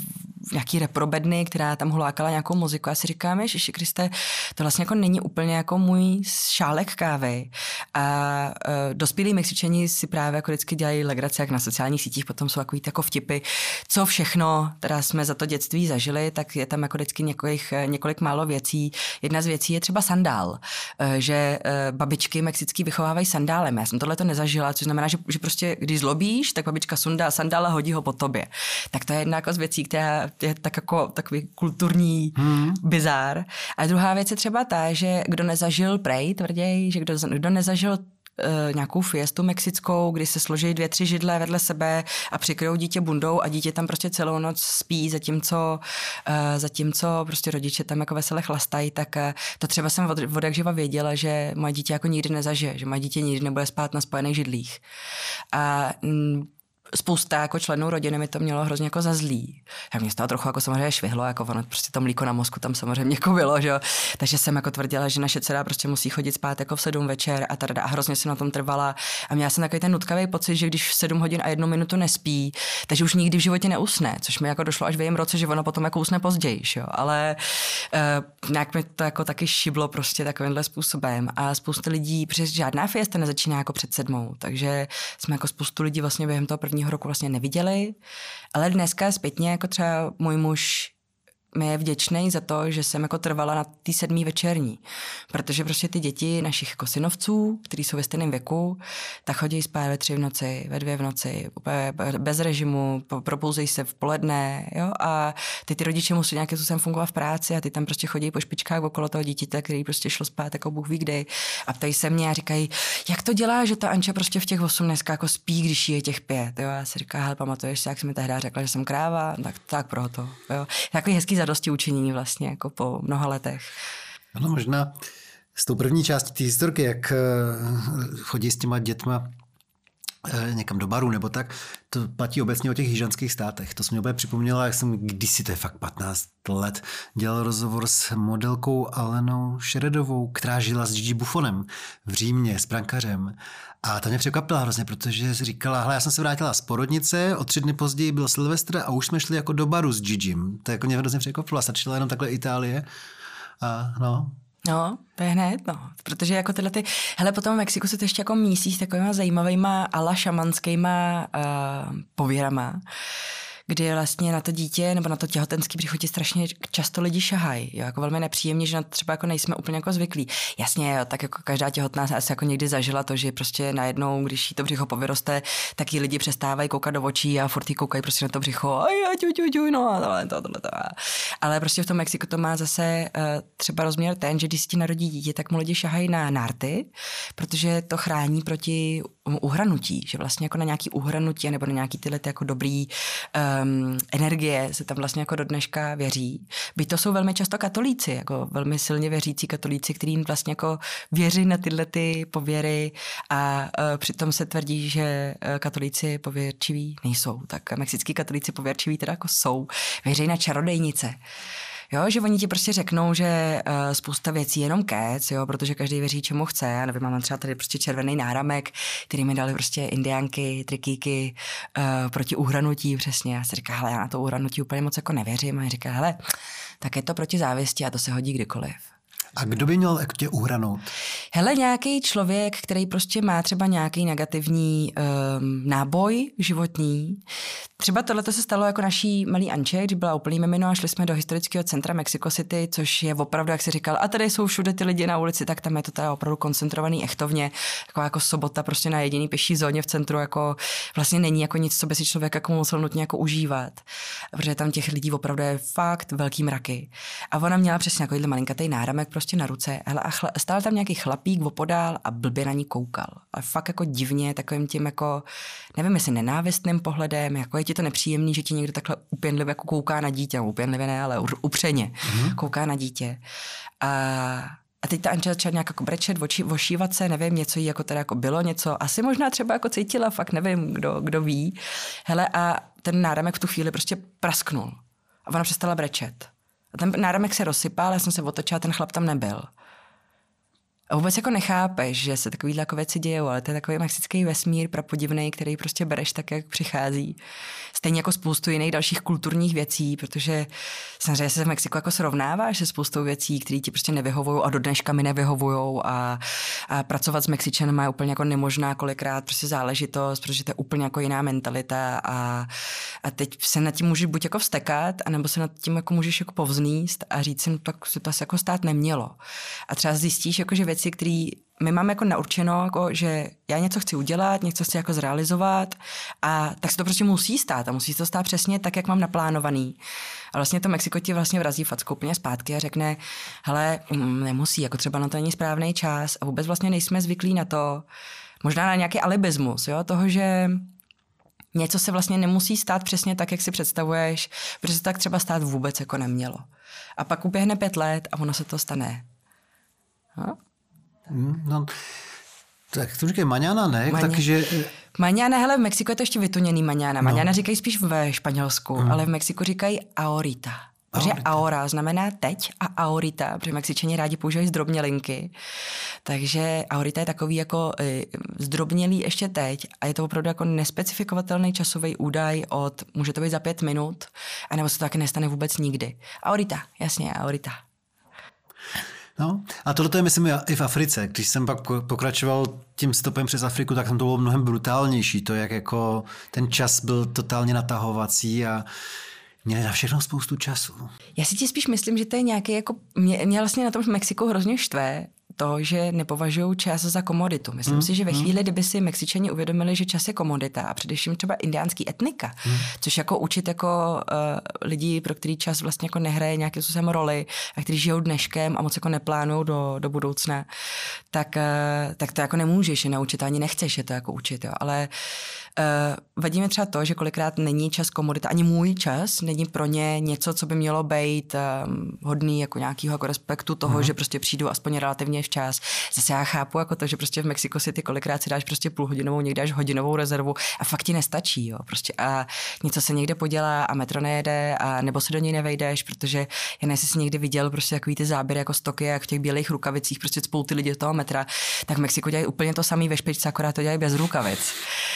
Speaker 3: nějaký reprobedny, která tam hulákala nějakou muziku. Já si říkám, Ježiši Kriste, to vlastně jako není úplně jako můj šálek kávy. A dospělí Mexičani si právě jako vždycky dělají legrace, jak na sociálních sítích, potom jsou takový jako vtipy, co všechno teda jsme za to dětství zažili, tak je tam jako vždycky několik málo věcí. Jedna z věcí je třeba sandál, že babičky mexický vychovávají sandálem. Já jsem tohleto nezažila, což znamená, že prostě když zlobíš, tak babička sundá sandál a hodí ho po tobě. Tak to je jedna jako z věcí, která je tak jako takový kulturní bizár. A druhá věc je třeba ta, že kdo nezažil tvrději, že kdo nezažil nějakou fiestu mexickou, kdy se složí 2-3 židle vedle sebe a přikryjou dítě bundou a dítě tam prostě celou noc spí, zatímco prostě rodiče tam jako vesele chlastají, tak to třeba jsem od jak živa věděla, že moje dítě jako nikdy nezažije, že moje dítě nikdy nebude spát na spojených židlích. A spousta jako členů rodiny mi to mělo hrozně jako za zlý. Já mě z toho trochu jako samozřejmě švihlo, jako ono prostě to mlíko na mozku tam samozřejmě jako bylo, že jo. Takže jsem jako tvrdila, že naše dcera prostě musí chodit spát jako v 7 večer a hrozně jsem na tom trvala. A měla jsem takový ten nutkavý pocit, že když v 7 hodin a 1 minutu nespí, takže už nikdy v životě neusne, což mi jako došlo až v jejím roce, že ono potom jako usne později, jo. Ale nějak mi to jako taky šiblo prostě takovýmhle způsobem. A spousta lidí, protože žádná fiesta nezačíná jako před 7, takže jsme jako spoustu lidí vlastně během toho prvního roku vlastně neviděli, ale dneska zpětně jako třeba můj muž mi je vděčný za to, že jsem jako trvala na té 7. večerní, protože prostě ty děti našich jako synovců, kteří jsou ve stejném věku, tak chodí spát ve 3 v noci, ve 2 v noci, úplně bez režimu, propouzejí se v poledne, jo, a ty rodiče musí nějakým způsobem fungovat v práci a ty tam prostě chodí po špičkách okolo toho dítěte, který prostě šlo spát jako Bůh ví kdy a ptají se mě a říkají, jak to dělá, že ta Anča prostě v těch 8 dneska jako spí, když je těch 5, jo, a já si říkám, hele, pamatuješ si, jak jsi mi tehdy řekla, že jsem kráva, tak proto, jo, takový hezký zadosti učinění vlastně jako po mnoha letech.
Speaker 2: Ano, možná s tou první částí té historky, jak chodí s těma dětma někam do baru nebo tak, to platí obecně o těch jižanských státech. To se mě úplně připomnělo, jak jsem kdysi, to je fakt 15 let, dělal rozhovor s modelkou Alenou Šeredovou, která žila s Gigi Buffonem v Římě, s brankařem. A ta mě překvapila hrozně, protože si říkala, hele, já jsem se vrátila z porodnice, o 3 dny později byl Silvestr a už jsme šli jako do baru s Gigim. To jako mě hrozně překvapilo, stačila jenom takhle Itálie. A
Speaker 3: No, to je hned, no. Protože jako hele, potom v Mexiku se to ještě jako mísí s takovýma zajímavýma ala šamanskýma pověrama, kdy vlastně na to dítě nebo na to těhotenský příchod strašně často lidi šahají. Jo, jako velmi nepříjemně, že na to třeba jako nejsme úplně jako zvyklí. Jasně, jo, tak jako každá těhotná se asi jako někdy zažila to, že prostě najednou, když jí to břicho povyroste, tak jí lidi přestávají koukat do očí a furt jí koukají prostě na to břicho. No a tohle. Ale prostě v tom Mexiku to má zase třeba rozměr ten, že když si ti narodí dítě, tak mu lidi šahají na nárty, protože to chrání proti uhranutí, že vlastně jako na nějaký uhranutí nebo na nějaký tyhle jako dobrý energie se tam vlastně jako do dneška věří. Byť to jsou velmi často katolíci, jako velmi silně věřící katolíci, kterým vlastně jako věří na tyhle ty pověry a přitom se tvrdí, že katolíci pověrčiví nejsou. Tak mexický katolíci pověrčiví teda jako jsou. Věří na čarodejnice. Jo, že oni ti prostě řeknou, že spousta věcí je jenom kec, jo, protože každý věří, čemu chce. Já nevím, mám třeba tady prostě červený náramek, který mi dali prostě indiánky, trikíky proti uhranutí přesně. Já si říkám, hele, já na to uhranutí úplně moc jako nevěřím. A říká, hele, tak je to proti závěsti a to se hodí kdykoliv.
Speaker 2: A kdo by měl tě uhranout?
Speaker 3: Hele, nějaký člověk, který prostě má třeba nějaký negativní náboj životní. Třeba tohleto se stalo jako naší malý Anče, když byla úplný mimino a šli jsme do historického centra Mexico City, což je opravdu, jak se říkal, a tady jsou všude ty lidi na ulici, tak tam je to teda opravdu koncentrovaný echtovně, jako sobota prostě na jediný pěší zóně v centru, jako vlastně není jako nic, co by si člověk jako musel nutně jako užívat, protože tam těch lidí opravdu je fakt velký mraky. A ona měla přesně jako malinkatej náramek prostě na ruce, hele, a stál tam nějaký chlapík opodál a blbě na ní koukal. Ale fakt jako divně, takovým tím jako, nevím, jestli nenávistným pohledem, jako je ti to nepříjemný, že ti někdo takhle upěnlivě jako kouká na dítě, upěnlivě ne, ale upřeně kouká na dítě. A teď ta Anča začala nějak jako brečet, ošívat se, nevím, něco jí jako teda jako bylo něco, asi možná třeba jako cítila, fakt nevím, kdo ví. Hele, a ten náramek v tu chvíli prostě prasknul. A ona přestala brečet. A ten náramek se rozsypal, já jsem se otočila, ten chlap tam nebyl. A vůbec jako nechápeš, že se takovýhle jako věci dějou, ale to je takový mexický vesmír prapodivnej, který prostě bereš tak, jak přichází. Stejně jako spoustu jiných dalších kulturních věcí, protože samozřejmě se v Mexiku jako srovnáváš se spoustou věcí, které ti prostě nevyhovují a do dneška mi nevyhovují a pracovat s Mexičanama je úplně jako nemožná kolikrát prostě záležitost, protože to je úplně jako jiná mentalita a teď se nad tím můžeš buď jako vztekat, anebo se nad tím jako můžeš jako povzníst a říct si, no, tak se to asi jako stát nemělo. A třeba zjistíš, jako, že věci, které my máme jako naurčeno, jako, že já něco chci udělat, něco chci jako zrealizovat a tak se to prostě musí stát a musí to stát přesně tak, jak mám naplánovaný. A vlastně to Mexiko ti vlastně vrazí facku úplně zpátky a řekne, hele, nemusí, jako třeba na to není správný čas a vůbec vlastně nejsme zvyklí na to, možná na nějaký alibismus, jo, toho, že něco se vlastně nemusí stát přesně tak, jak si představuješ, protože se tak třeba stát vůbec jako nemělo. A pak uběhne 5 let a ono se to stane. No?
Speaker 2: No, tak to říkají maňána, ne? Takže...
Speaker 3: Maňána, hele, v Mexiku je to ještě vytuněný maňána. Maňána říkají spíš ve Španělsku, ale v Mexiku říkají ahorita. Protože ahora znamená teď a ahorita, protože Mexičani rádi používají zdrobnělinky. Takže ahorita je takový jako zdrobnělý ještě teď a je to opravdu jako nespecifikovatelný časový údaj může to být za 5 minut, anebo se to taky nestane vůbec nikdy. Ahorita, jasně, ahorita.
Speaker 2: No, a tohle je, myslím, i v Africe. Když jsem pak pokračoval tím stopem přes Afriku, tak tam to bylo mnohem brutálnější. To, jak jako ten čas byl totálně natahovací a měli na všechno spoustu času.
Speaker 3: Já si ti spíš myslím, že to je nějaký jako... Mě vlastně na tom v Mexiku hrozně štve to, že nepovažují čas za komoditu. Myslím si, že ve chvíli, kdyby si Mexičani uvědomili, že čas je komodita a především třeba indiánský etnika, což jako učit jako lidi, pro který čas vlastně jako nehraje nějakým způsobem roli a kteří žijou dneškem a moc jako neplánují do budoucna, tak to jako nemůžeš je naučit, ani nechceš je to jako učit. Jo. Ale vadí mi třeba to, že kolikrát není čas komodita, ani můj čas není pro ně něco, co by mělo být hodný jako nějakého jako respektu toho, že prostě přijdu aspoň relativně včas. Zase já chápu jako to, že prostě v Mexico City kolikrát si dáš prostě půlhodinovou, někdy až hodinovou rezervu a fakt ti nestačí, jo. Prostě a něco se někde podělá a metro nejede a nebo se do něj nevejdeš, protože já nejsi si někdy viděl prostě takový ty záběry jako z Tokia, jak v těch bílých rukavicích prostě cpou ty lidi do toho metra, tak v Mexiku dělají úplně to samý ve špičce, akorát to dělají bez rukavic.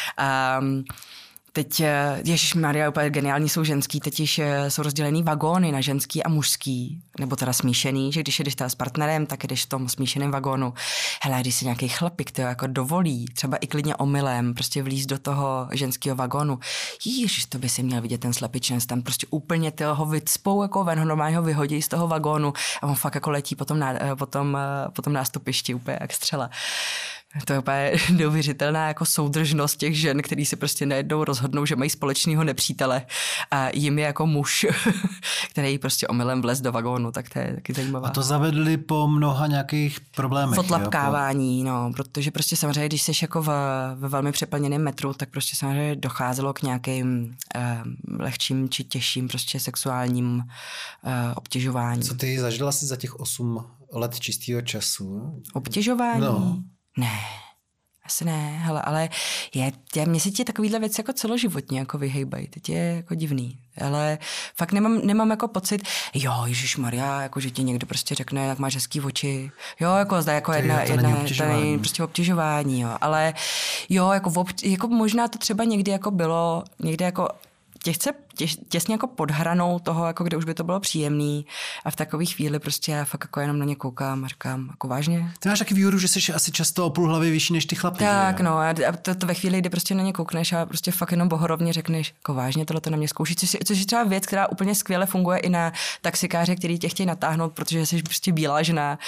Speaker 3: Teď, ježišmarja, úplně geniální jsou ženský, teď již jsou rozdělený vagóny na ženský a mužský, nebo teda smíšený, že když jdeš teda s partnerem, tak jdeš v tom smíšeném vagónu. Hele, když si nějaký chlapík to jako dovolí, třeba i klidně omylem, prostě vlíz do toho ženského vagónu. Ježiš, to by si měl vidět ten slepičnec, tam prostě úplně ho vycpou, jako ven, normálně ho vyhodí z toho vagónu a on fakt jako letí po tom nástupišti úplně jak střela. To je úplně neuvěřitelná jako soudržnost těch žen, který si prostě najednou rozhodnou, že mají společného nepřítele a jim je jako muž, který prostě omylem vlez do vagónu, tak to je taky zajímavé.
Speaker 2: A to zavedli po mnoha nějakých problémech.
Speaker 3: Odlapkávání, no, protože prostě samozřejmě, když jsi jako ve velmi přeplněném metru, tak prostě samozřejmě docházelo k nějakým lehčím či těžším prostě sexuálním obtěžování.
Speaker 2: Co ty zažila si za těch 8 let čistého času?
Speaker 3: Obtěžování?
Speaker 2: No.
Speaker 3: Ne, asi ne, hele, ale mně se ti takovýhle věci jako celoživotně jako vyhejbají, teď je jako divný, ale fakt nemám jako pocit, jo, ježišmarja, jako že ti někdo prostě řekne, jak máš hezký oči, jo, jako zda jako jedna prostě obtěžování, jo, ale jo, jako možná to třeba někdy jako bylo, někdy jako těsně jako pod hranou toho, jako kde už by to bylo příjemný a v takové chvíli prostě já fakt jako jenom na ně koukám a říkám, jako vážně.
Speaker 2: Ty máš taky výhodu, že jsi asi často o půl hlavy vyšší než ty chlapi.
Speaker 3: Tak, no a to ve chvíli, kdy prostě na ně koukneš a prostě fakt jenom bohorovně řekneš, jako vážně tohleto na mě zkouší, což je třeba věc, která úplně skvěle funguje i na taxikáře, který tě chtějí natáhnout, protože jsi prostě bílá žena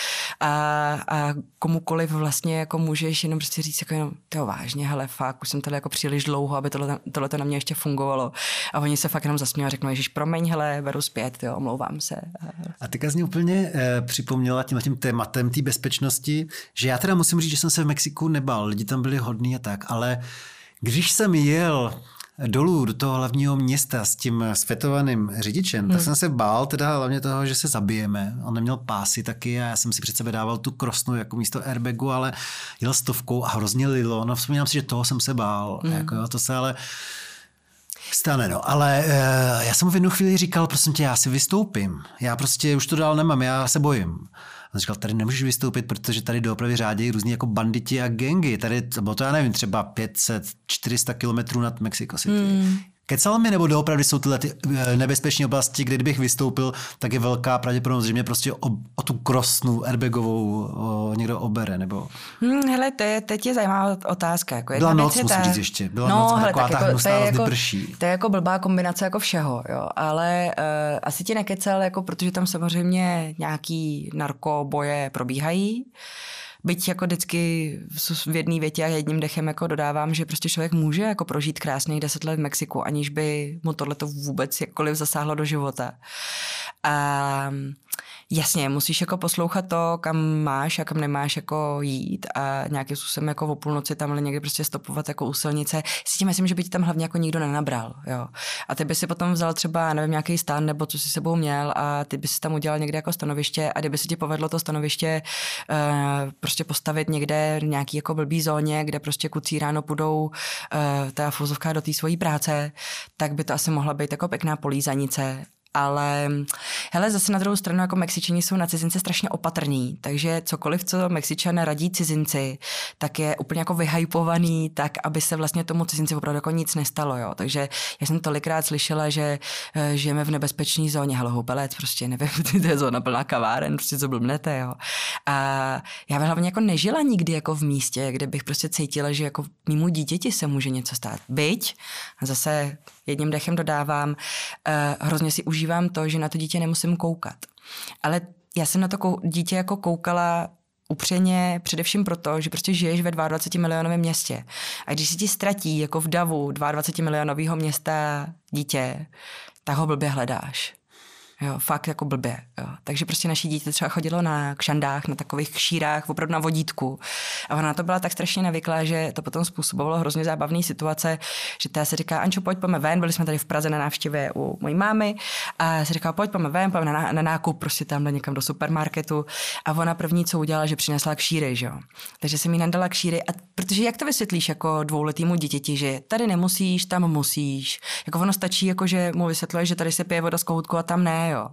Speaker 3: a komukoliv vlastně jako můžeš jenom prostě říct jako jenom, to vážně, hele, fakt, už jsem tady jako příliš dlouho, aby tohleto na mě ještě fungovalo. A oni se fakt jenom zasmějí a řeknou, ježiš, promiň, hele, beru zpět, jo, omlouvám se.
Speaker 2: A teďka jsi mě úplně připomněla tím tématem té bezpečnosti, že já teda musím říct, že jsem se v Mexiku nebál, lidi tam byli hodní a tak, ale když jsem jel dolů do toho hlavního města s tím světovaným řidičem, tak jsem se bál teda hlavně toho, že se zabijeme. On neměl pásy taky a já jsem si před sebe dával tu krosnu jako místo airbagu, ale jel 100 a hrozně lilo. No vzpomínám si, že toho jsem se bál. Jako, to se ale... Stane, no, ale já jsem mu v jednu chvíli říkal, prosím tě, já si vystoupím. Já prostě už to dál nemám, já se bojím. On říkal, tady nemůžeš vystoupit, protože tady doopravdy řádějí různí jako banditi a gangy. Tady, bylo to já nevím, třeba 500-400 kilometrů nad Mexico City. Kecal mi, nebo doopravdy jsou tyhle ty nebezpečné oblasti, kde kdybych vystoupil, tak je velká pravděpodobnost, že mě prostě o tu krosnu airbagovou někdo obere, nebo...
Speaker 3: Hele, teď je zajímavá otázka. Jako
Speaker 2: byla noc, musím říct ještě. Byla noc, taková ta hnusná noc, kdy prší.
Speaker 3: To je jako blbá kombinace jako všeho, jo. Ale asi ti nekecel, jako, protože tam samozřejmě nějaký narkoboje probíhají. Byť jako vždycky v jedné větě a jedním dechem jako dodávám, že prostě člověk může jako prožít krásných 10 let v Mexiku, aniž by mu tohleto vůbec jakkoliv zasáhlo do života. A jasně, musíš jako poslouchat to, kam máš a kam nemáš jako jít a nějakým způsobem jako o půlnoci tamhle někde prostě stopovat jako u silnice. Si tím myslím, že by ti tam hlavně jako nikdo nenabral, jo. A ty by si potom vzal třeba, nevím, nějaký stan nebo co si sebou měl a ty by si tam udělal někde jako stanoviště a kdyby si ti povedlo to stanoviště prostě postavit někde v nějaký jako blbý zóně, kde prostě kucí ráno půjdou ta fuzovka do té svojí práce, tak by to asi mohla být jako pěkná polízanice. Ale hele, zase na druhou stranu jako Mexičani jsou na cizince strašně opatrní, takže cokoliv, co Mexičané radí cizinci, tak je úplně jako vyhypovaný, tak aby se vlastně tomu cizinci opravdu jako nic nestalo, jo. Takže já jsem tolikrát slyšela, že žijeme v nebezpečné zóně, hloupelec, prostě nevím, to je zóna plná kaváren, prostě co blbnete, jo. A já hlavně jako nežila nikdy jako v místě, kde bych prostě cítila, že jako mému dítěti se může něco stát. Byť, a zase jedním dechem dodávám, hrozně si užívám to, že na to dítě nemusím koukat. Ale já jsem na to dítě jako koukala upřeně především proto, že prostě žiješ ve 22 milionovém městě. A když si ti ztratí jako v davu 22 milionového města dítě, tak ho blbě hledáš. Jo, fakt jako blbě. Jo. Takže prostě naše dítě třeba chodilo na kšandách, na takových kšírách, opravdu na vodítku. A ona na to byla tak strašně navyklá, že to potom způsobovalo hrozně zábavné situace, že ta se říká, Ančo, pojďme ven, byli jsme tady v Praze na návštěvě u mojí mámy a se říká, pojďme ven, pojďme na nákup, prostě tamhle někam do supermarketu. A ona první, co udělala, že přinesla kšíry, že jo. Takže jsem jí nadala kšíry a protože jak to vysvětlíš jako dvouletýmu dítěti, že tady nemusíš, tam musíš. Jako ono stačí, jako že mu vysvětluje, že tady se pije voda z kohoutku a tam ne, jo.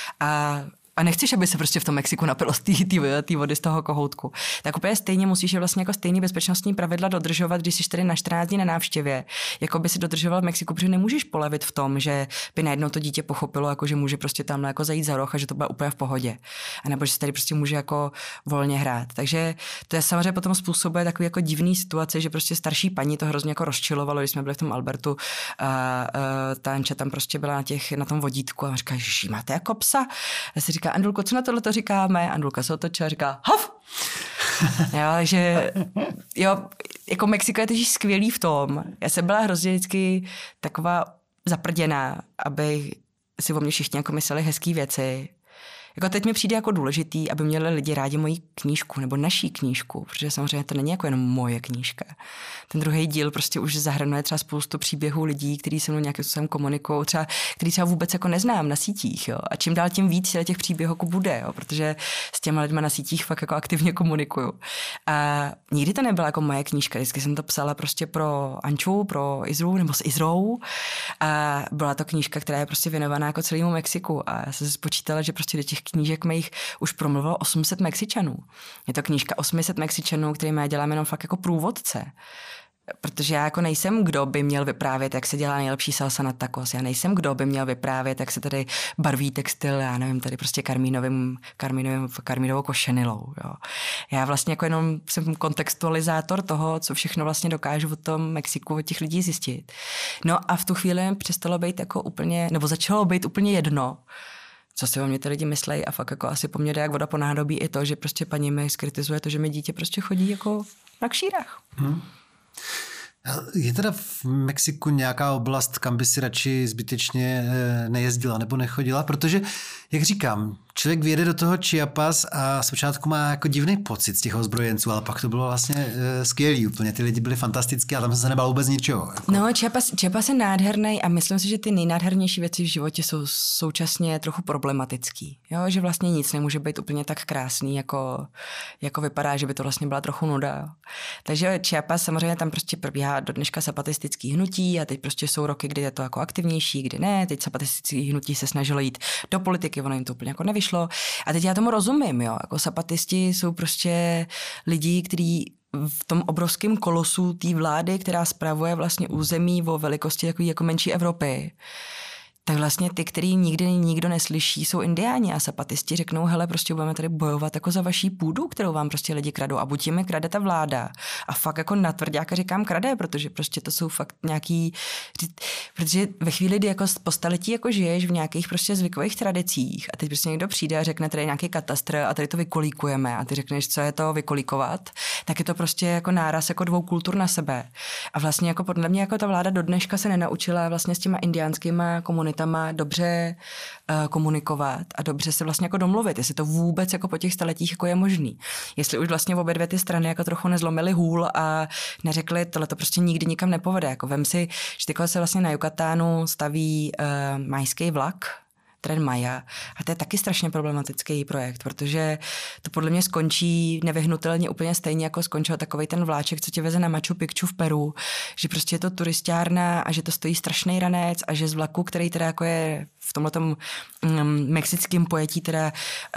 Speaker 3: A nechceš, aby se prostě v tom Mexiku napilo z té vody z toho kohoutku. Tak úplně stejně musíš vlastně jako stejný bezpečnostní pravidla dodržovat, když jsi tady na 14 dní na návštěvě. Jako by si dodržoval v Mexiku, protože nemůžeš polevit v tom, že by najednou to dítě pochopilo, jako že může prostě tam jako zajít za roh a že to bude úplně v pohodě. A nebo že se tady prostě může jako volně hrát. Takže to je samozřejmě potom způsobuje takový jako divný situace, že prostě starší paní to hrozně jako rozčilovalo, když jsme byli v tom Albertu a ta Anča tam prostě byla na tom vodítku a říká, že máte jako psa. A si říká, Andulko, co na tohle to říkáme? Andulka se otočila a říká, hav! Jo, takže jo, jako Mexiko je totiž skvělý v tom. Já jsem byla hrozně vždycky taková zaprděná, aby si o mě všichni jako mysleli hezký věci. Jako teď mi přijde jako důležitý, aby měli lidi rádi moji knížku nebo naší knížku, protože samozřejmě to není jako jenom moje knížka. Ten druhý díl prostě už zahrnuje třeba spoustu příběhů lidí, kteří se mnou nějakým způsobem komunikují, třeba, který třeba vůbec jako neznám na sítích, jo. A čím dál tím víc těch příběhů jako bude, jo, protože s těma lidma na sítích fakt jako aktivně komunikuju. A nikdy to nebyla jako moje knížka, vždycky jsem to psala prostě pro Anču, pro Izru nebo s Izrou. A byla to knížka, která je prostě věnovaná jako celému Mexiku. A já jsem si spočítala, že prostě do těch knížek mých už promluvilo 800 Mexičanů. Je to knížka 800 Mexičanů, kterým já dělám jenom fakt jako průvodce. Protože já jako nejsem, kdo by měl vyprávět, jak se dělá nejlepší salsa na tacos. Já nejsem, kdo by měl vyprávět, jak se tady barví textil, já nevím, tady prostě karmínovou košenilou. Jo. Já vlastně jako jenom jsem kontextualizátor toho, co všechno vlastně dokážu o tom Mexiku, od těch lidí zjistit. No a v tu chvíli přestalo být jako úplně, nebo začalo být úplně jedno, co si o mě ty lidi myslejí a fakt jako asi po mně jde jak voda po nádobí i to, že prostě paní mi skritizuje to, že mi dítě prostě chodí jako na kšírách.
Speaker 2: Je teda v Mexiku nějaká oblast, kam by si radši zbytečně nejezdila nebo nechodila? Protože, jak říkám, člověk vyjede do toho Chiapas a zpočátku má jako divný pocit z těch ozbrojenců, ale pak to bylo vlastně skvělý úplně. Ty lidi byli fantastický a tam se nebál vůbec ničeho. Jako.
Speaker 3: No, Chiapas je nádherný a myslím si, že ty nejnádhernější věci v životě jsou současně trochu problematický. Jo? Že vlastně nic nemůže být úplně tak krásný, jako vypadá, že by to vlastně byla trochu nuda. Jo? Takže Chiapas samozřejmě tam prostě probíhá do dneška zapatistický hnutí a teď prostě jsou roky, kdy je to jako aktivnější, kdy ne. Teď zapatistický hnutí se snažilo jít do politiky, ono jim to úplně jako nevyšlo. A teď já tomu rozumím, jo. Jako zapatisti jsou prostě lidi, kteří v tom obrovském kolosu té vlády, která spravuje vlastně území o velikosti takový jako menší Evropy, tak vlastně ty, který nikdo neslyší, jsou indiáni a zapatisti řeknou, hele, prostě budeme tady bojovat jako za vaší půdu, kterou vám prostě lidi kradou a buď jim je krade ta vláda. A fakt jako na tvrďáka říkám krade, protože prostě to jsou fakt nějaký, protože ve chvíli, kdy jako po staletí jako žiješ v nějakých prostě zvykových tradicích a teď prostě někdo přijde a řekne tady nějaký katastr a tady to vykolíkujeme a ty řekneš, co je to vykolíkovat, tak je to prostě jako náraz jako dvou kultur na sebe. A vlastně jako podle mě jako ta vláda do dneška se nenaučila vlastně s těma indiánskýma komunitama dobře komunikovat a dobře se vlastně jako domluvit, jestli to vůbec jako po těch staletích jako je možný. Jestli už vlastně obě dvě ty strany jako trochu nezlomily hůl a neřekli, tohle to prostě nikdy nikam nepovede. Jako vem si, že tyko se vlastně na Yucatánu staví majský vlak, Tren Maya. A to je taky strašně problematický projekt, protože to podle mě skončí nevyhnutelně úplně stejně, jako skončil takovej ten vláček, co tě veze na Machu Picchu v Peru, že prostě je to turisťárna a že to stojí strašný ranec a že z vlaku, který teda jako je v tomhletom mexickém pojetí teda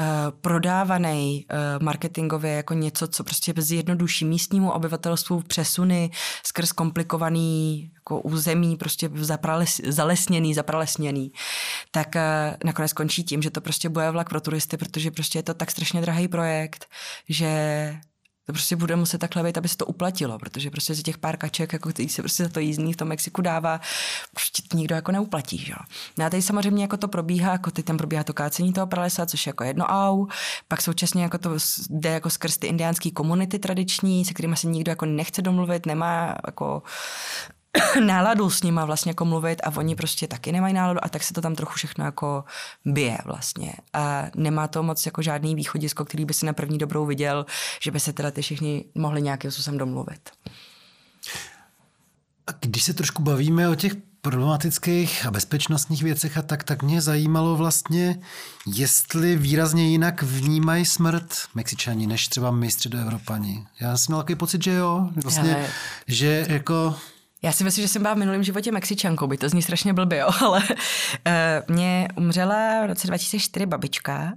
Speaker 3: prodávaný marketingově jako něco, co prostě zjednoduší místnímu obyvatelstvu přesuny skrz komplikovaný jako území, prostě zapralesněný, tak nakonec skončí tím, že to prostě bude vlak pro turisty, protože prostě je to tak strašně drahý projekt, že to prostě bude muset takhle být, aby se to uplatilo, protože prostě za těch pár kaček, jako který se prostě za to jízdní v tom Mexiku dává, prostě to nikdo jako neuplatí, že? No a teď samozřejmě jako to probíhá, jako teď tam probíhá to kácení toho pralesa, což je jako jedno pak současně jako to jde jako skrz ty indiánský komunity tradiční, se kterými se nikdo jako nechce domluvit, nemá jako náladu s nima vlastně jako mluvit a oni prostě taky nemají náladu a tak se to tam trochu všechno jako bije vlastně. A nemá to moc jako žádný východisko, který by si na první dobrou viděl, že by se teda ty všichni mohli nějakým způsobem domluvit.
Speaker 2: A když se trošku bavíme o těch problematických a bezpečnostních věcech a tak mě zajímalo vlastně, jestli výrazně jinak vnímají smrt Mexičani, než třeba my středoevropani. Já jsem měl takový pocit, že jo. Vlastně, že jako...
Speaker 3: Já si myslím, že jsem byla v minulém životě Mexičankou, by to zní strašně blbě, jo, ale mě umřela v roce 2004 babička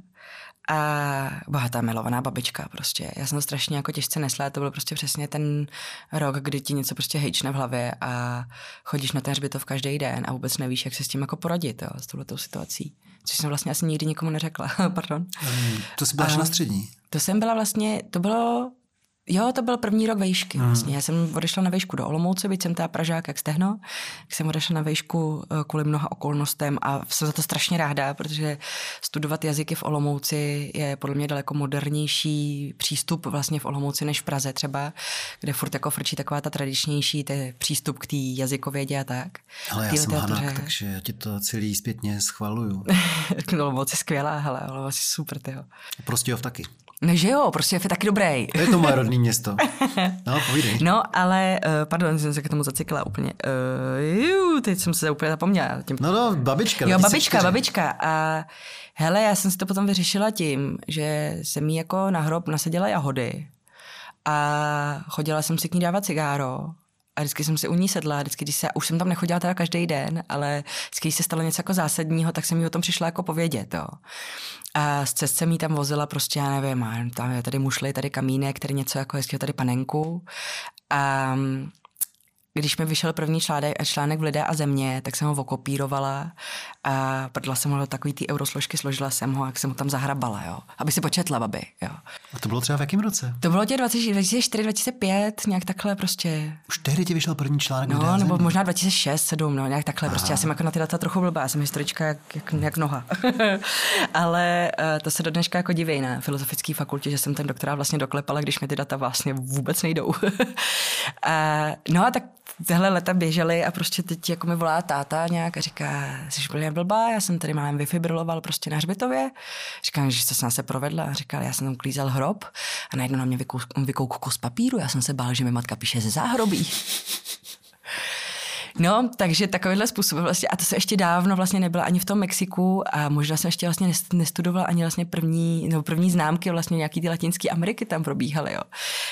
Speaker 3: a bohatá milovaná babička prostě. Já jsem to strašně jako těžce nesla, to byl prostě přesně ten rok, kdy ti něco prostě hejčne v hlavě a chodíš na ten hřbitov každý den a vůbec nevíš, jak se s tím jako poradit, jo, s touhletou situací. Což jsem vlastně asi nikdy nikomu neřekla, pardon.
Speaker 2: To jsi byla na střední?
Speaker 3: To jsem byla vlastně, to byl první rok vejšky. Vlastně. Já jsem odešla na vejšku do Olomouce, byť jsem ta Pražák jak stehno, tak jsem odešla na vejšku kvůli mnoha okolnostem a jsem za to strašně ráda, protože studovat jazyky v Olomouci je podle mě daleko modernější přístup vlastně v Olomouci než v Praze třeba, kde furt jako frčí taková ta tradičnější přístup k té jazykovědě a tak.
Speaker 2: Ale já jsem Hanak, takže já ti to celý zpětně schvaluju.
Speaker 3: Olomouc je skvělá, hele, Olomouc je super, tyjo.
Speaker 2: Prostějov taky.
Speaker 3: No že jo, prostě je taky dobrý.
Speaker 2: To je to moje rodný město. No, povídej.
Speaker 3: No, ale, pardon, jsem se k tomu zacykla úplně. Teď jsem se úplně zapomněla.
Speaker 2: No, babička.
Speaker 3: Jo, babička. A hele, já jsem si to potom vyřešila tím, že jsem jí jako na hrob nasadila jahody a chodila jsem si k ní dávat cigáro. A vždycky jsem si u ní sedla, už jsem tam nechodila teda každý den, ale vždycky, když se stalo něco jako zásadního, tak jsem jí o tom přišla jako povědět, jo. A z cest jsem jí tam vozila prostě, já nevím, tam je tady mušli, tady kamínek, tady něco jako hezkého, tady panenku. A když mi vyšel první článek v Lidé a země, tak jsem ho okopírovala a prdla jsem ho do takový ty eurosložky, složila jsem ho a jsem ho tam zahrabala, jo. Aby si početla, babi, jo.
Speaker 2: A to bylo třeba v jakém roce?
Speaker 3: To bylo 2004, 2005, nějak takhle prostě.
Speaker 2: Už tehdy ti vyšel první článek?
Speaker 3: No, nebo možná 2006, 2007, no, nějak takhle. Prostě já jsem jako na ty data trochu blbá, já jsem historička jak noha. Ale to se do dneška jako diví na filozofické fakultě, že jsem ten doktorát vlastně doklepala, když mi ty data vlastně vůbec nejdou. No a tak tyhle leta běžely a prostě teď jako mi volá táta nějak a říká, jsi úplně blbá, já jsem tady málem vyfibriloval prostě na hřbitově. Říkám, že co jsem se provedla. A říkal, já jsem tam klízel hrob a najednou na mě vykouk kus papíru. Já jsem se bál, že mi matka píše ze záhrobí. No, takže takovýhle způsob vlastně, a to se ještě dávno vlastně nebyla ani v tom Mexiku a možná jsem ještě vlastně nestudovala ani vlastně první známky vlastně nějaký ty Latinské Ameriky tam probíhaly, jo.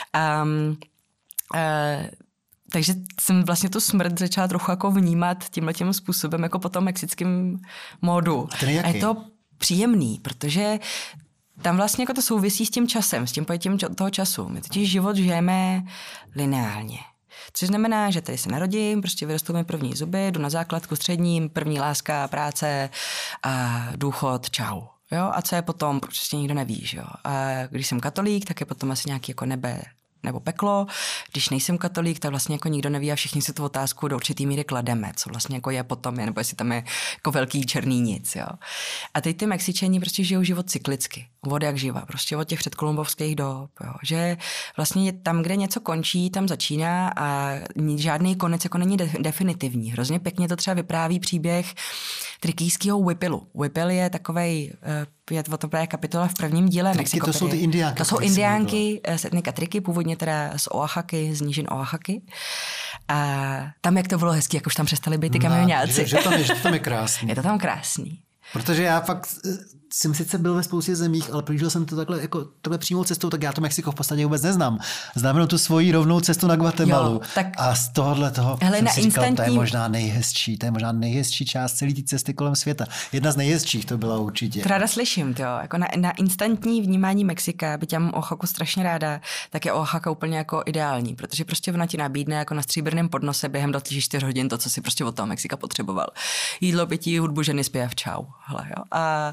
Speaker 3: Takže jsem vlastně tu smrt začala trochu jako vnímat tímhletím způsobem jako po tom mexickém módu. A je to příjemný, protože tam vlastně jako to souvisí s tím časem, s tím pojetím toho času. My totiž život žijeme lineárně. Což znamená, že tady se narodím, prostě vyrostou mi první zuby, jdu na základku středním, první láska, práce a důchod, čau. Jo? A co je potom, prostě nikdo neví. Jo? A když jsem katolík, tak je potom asi nějaký jako nebe nebo peklo. Když nejsem katolík, tak vlastně jako nikdo neví a všichni si tu otázku do určitý míry klademe, co vlastně jako je potom, nebo jestli tam je jako velký černý nic. Jo. A teď ty Mexičani prostě žijou život cyklicky, od jak živa, prostě od těch předkolumbovských dob. Jo. Že vlastně tam, kde něco končí, tam začíná a žádný konec jako není definitivní. Hrozně pěkně to třeba vypráví příběh trikijského Whippilu. Whippil je takovej, je to právě kapitola v prvním díle Mexikoperie.
Speaker 2: To jsou ty indiánky.
Speaker 3: To jsou indiánky z etnika Triky, původně teda z Oaxaky, z nížin Oaxaky. A tam, jak to bylo hezký, jak už tam přestali být ty kamioňáci.
Speaker 2: Že tam je krásný.
Speaker 3: Je to tam krásný.
Speaker 2: Protože já fakt jsem sice byl ve spoustě zemích, ale projížděl jsem to takhle přímou cestou, tak já to Mexiko v podstatě vůbec neznám. Znám jenom tu svoji rovnou cestu na Guatemalu. A z tohohle toho jsem si říkal, to je možná nejhezčí část celé té cesty kolem světa. Jedna z nejhezčích to byla určitě.
Speaker 3: To ráda slyším, jo. Jako na instantní vnímání Mexika, byť já mám Oaxaku strašně ráda, tak je Oaxaca úplně jako ideální, protože prostě ona ti nabídne jako na stříbrném podnose během dalších 4 hodin to, co si prostě od toho Mexika potřeboval. Jídlo, pití, hudbu, ženy, zpěv, čau. Hele, jo.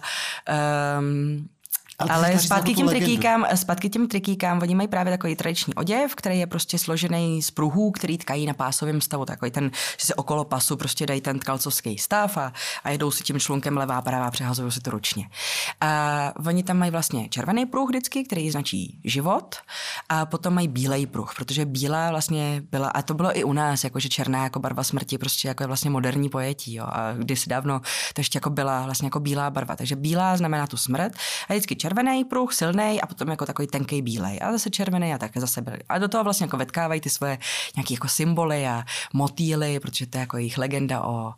Speaker 3: Ale zpátky těm trikíkám, oni mají právě takový tradiční oděv, který je prostě složený z pruhů, který tkají na pásovém stavu, takový ten, že se okolo pasu prostě dají ten tkalcovský stav a jedou si tím člunkem levá, pravá, přehazují si to ručně. A oni tam mají vlastně červený pruh vždycky, který značí život, a potom mají bílej pruh, protože bílá vlastně byla, a to bylo i u nás, jakože černá jako barva smrti, prostě jako je vlastně moderní pojetí, jo, a kdysi dávno to ještě jako byla vlastně jako bílá barva, takže bílá znamená tu smrt a vždycky červený pruh, silnej a potom jako takový tenkej bílej. A zase červený a tak zase byly. A do toho vlastně jako vetkávají ty svoje nějaké jako symboly a motýly, protože to je jako jejich legenda o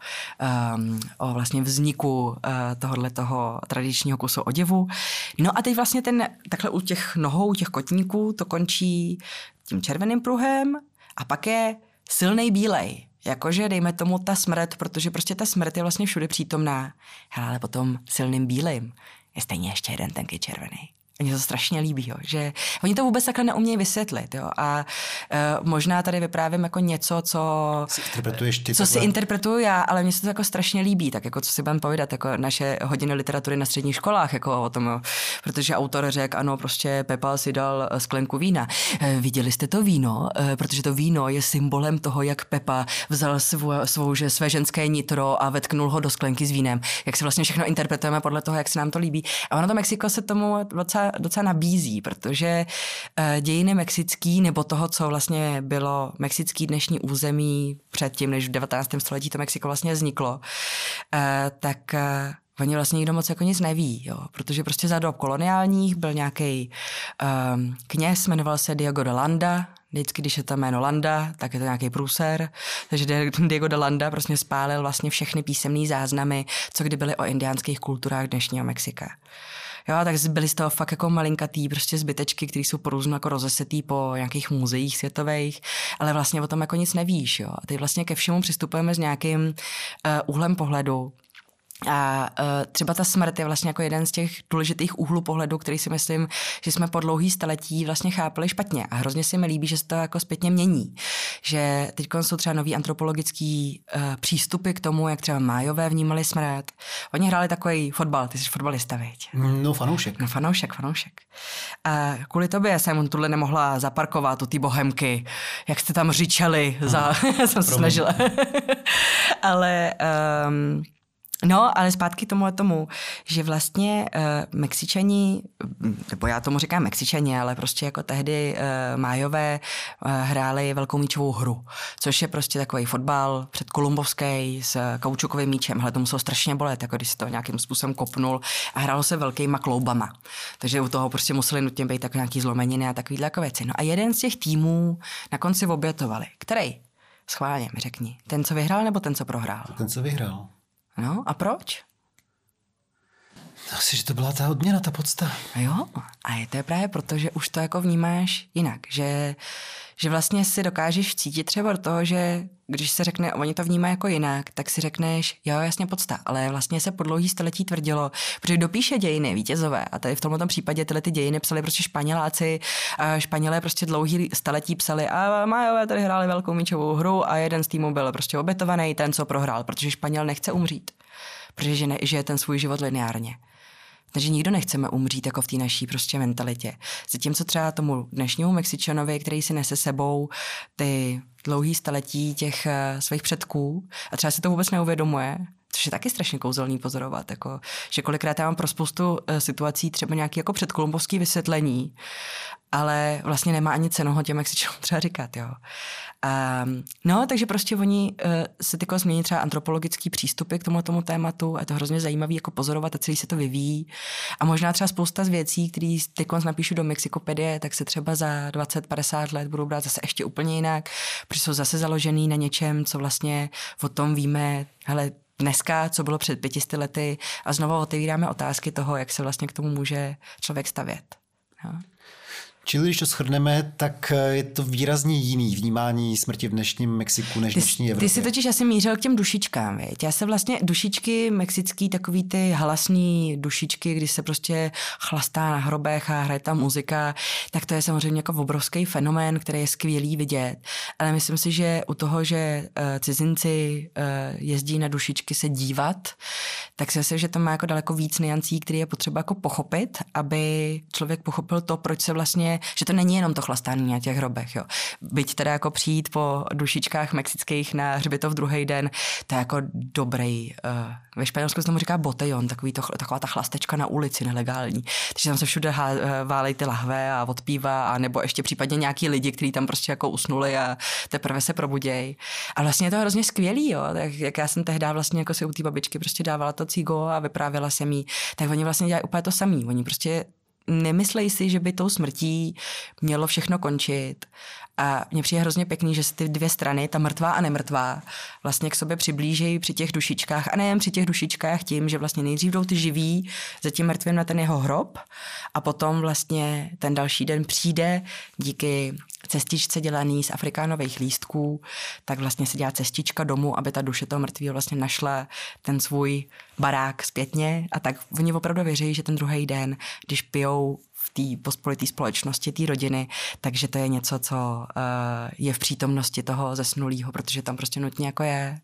Speaker 3: vlastně vzniku toho tradičního kusu oděvu. No a teď vlastně takhle u těch nohou, těch kotníků to končí tím červeným pruhem a pak je silnej bílej. Jakože dejme tomu ta smrt, protože prostě ta smrt je vlastně všude přítomná. Hele, ale potom silným bílým je stejně ještě jeden tenký červený. Mně to strašně líbí, jo, že oni to vůbec takhle neumějí vysvětlit. Jo, a možná tady vyprávím jako něco, co si interpretuju já, ale mně se to jako strašně líbí, tak jako co si budeme povídat, jako naše hodiny literatury na středních školách, jako o tom, jo, protože autor řekl, ano, prostě Pepa si dal sklenku vína. Viděli jste to víno? Protože to víno je symbolem toho, jak Pepa vzal své ženské nitro a vetknul ho do sklenky s vínem. Jak si vlastně všechno interpretujeme podle toho, jak se nám to líbí. A ono to Mexiko se tomu docela nabízí, protože dějiny mexický nebo toho, co vlastně bylo mexický dnešní území předtím, než v 19. století to Mexiko vlastně vzniklo, tak oni vlastně nikdo moc jako nic neví, jo, protože prostě za dob koloniálních byl nějaký kněz, jmenoval se Diego de Landa. Vždycky, když je to jméno Landa, tak je to nějaký průser. Takže Diego de Landa prostě spálil vlastně všechny písemné záznamy, co kdy byly o indiánských kulturách dnešního Mexika. Jo, tak byly z toho fakt jako malinkatý prostě zbytečky, které jsou porůzno jako rozesetý po nějakých muzeích světových, ale vlastně o tom jako nic nevíš, jo. A teď vlastně ke všemu přistupujeme s nějakým úhlem pohledu. A třeba ta smrt je vlastně jako jeden z těch důležitých úhlů pohledu, který si myslím, že jsme po dlouhý staletí vlastně chápali špatně. A hrozně si mi líbí, že se to jako zpětně mění. Že teď jsou třeba nový antropologický přístupy k tomu, jak třeba Májové vnímali smrt. Oni hráli takový fotbal, ty jsi fotbalista, viď?
Speaker 2: No, fanoušek.
Speaker 3: No, fanoušek. A kvůli tobě jsem tuhle nemohla zaparkovat u té Bohemky. Jak jste tam řičeli, jsem se snažila. Ale No, ale zpátky tomu, že vlastně Mexičani, nebo já tomu říkám Mexičani, ale prostě jako tehdy Májové hráli velkou míčovou hru, což je prostě takový fotbal předkolumbovský s kaučukovým míčem. Hele, to muselo strašně bolet, jako když se to nějakým způsobem kopnul a hrálo se velkýma kloubama. Takže u toho prostě museli nutně být tak nějaký zlomeniny a takovýhle jako věci. No a jeden z těch týmů na konci obětovali. Který? Schválně mi řekni. Ten, co vyhrál, nebo ten, co prohrál?
Speaker 2: Ten, co vyhrál.
Speaker 3: No a proč?
Speaker 2: Asi, že to byla ta odměna, ta podsta.
Speaker 3: Jo, a je to právě proto, že už to jako vnímáš jinak, že vlastně si dokážeš vcítit třeba do toho, že když se řekne, oni to vnímají jako jinak, tak si řekneš, jo, jasně podsta, ale vlastně se po dlouhý století tvrdilo, protože dopíše dějiny vítězové a tady v tomto případě tyhle ty dějiny psali prostě Španěláci, a Španělé prostě dlouhý století psali a Májové tady hráli velkou míčovou hru a jeden z týmů byl prostě obětovaný, ten, co prohrál, protože Španěl nechce umřít, protože žije ten svůj život lineárně. Takže nikdo nechceme umřít jako v té naší prostě mentalitě. Zatímco třeba tomu dnešnímu Mexičanovi, který si nese sebou ty dlouhý staletí těch svých předků a třeba si to vůbec neuvědomuje, což je taky strašně kouzelný pozorovat, jako, že kolikrát já mám pro spoustu situací třeba nějaké jako předkolumbovské vysvětlení, ale vlastně nemá ani cenu ho těm Mexičanům třeba říkat, jo. No, takže prostě oni se tyko změní třeba antropologický přístupy k tomu tématu a je to hrozně zajímavý jako pozorovat a celý se to vyvíjí. A možná třeba spousta z věcí, které tyko napíšu do Mexikopedie, tak se třeba za 20-50 let budou brát zase ještě úplně jinak, protože jsou zase založený na něčem, co vlastně o tom víme, hele, dneska, co bylo před 500 lety a znovu otevíráme otázky toho, jak se vlastně k tomu může člověk stavět. No.
Speaker 2: Čili když to shrneme, tak je to výrazně jiný vnímání smrti v dnešním Mexiku než v dnešní Evropě.
Speaker 3: Ty si totiž asi mířil k těm dušičkám, viď? Já se vlastně dušičky mexický, takový ty halasní dušičky, kdy se prostě chlastá na hrobech a hraje tam muzika, tak to je samozřejmě jako obrovský fenomén, který je skvělý vidět. Ale myslím si, že u toho, že cizinci jezdí na dušičky se dívat, tak si myslím, že to má jako daleko víc niancí, který je potřeba jako pochopit, aby člověk pochopil to, proč se vlastně, že to není jenom to chlastání na těch hrobech, jo. Byť teda jako přijít po dušičkách mexických na hřbitov druhý den, to je jako dobrý, ve Španělsku se tomu říká botellón, taková ta chlastečka na ulici nelegální. Takže tam se všude válej ty lahve a odpívá, a nebo ještě případně nějaký lidi, kteří tam prostě jako usnuli a teprve se probudějí. A vlastně je to hrozně skvělý, jo. Tak jak já jsem tehdy vlastně jako si u té babičky prostě dávala to cígo a vyprávěla jsem jí, tak oni vlastně dělají úplně to samý. Oni prostě nemyslej si, že by tou smrtí mělo všechno končit. A mně přijde hrozně pěkný, že se ty dvě strany, ta mrtvá a nemrtvá, vlastně k sobě přiblížejí při těch dušičkách. A nejen při těch dušičkách tím, že vlastně nejdřív jdou ty živí za tím mrtvým na ten jeho hrob a potom vlastně ten další den přijde díky cestičce dělaný z afrikánových lístků, tak vlastně se dělá cestička domů, aby ta duše toho mrtvého vlastně našla ten svůj barák zpětně. A tak oni opravdu věří, že ten druhý den, když pijou v té pospolité společnosti, té rodiny, takže to je něco, co je v přítomnosti toho zesnulého, protože tam prostě nutně jako je.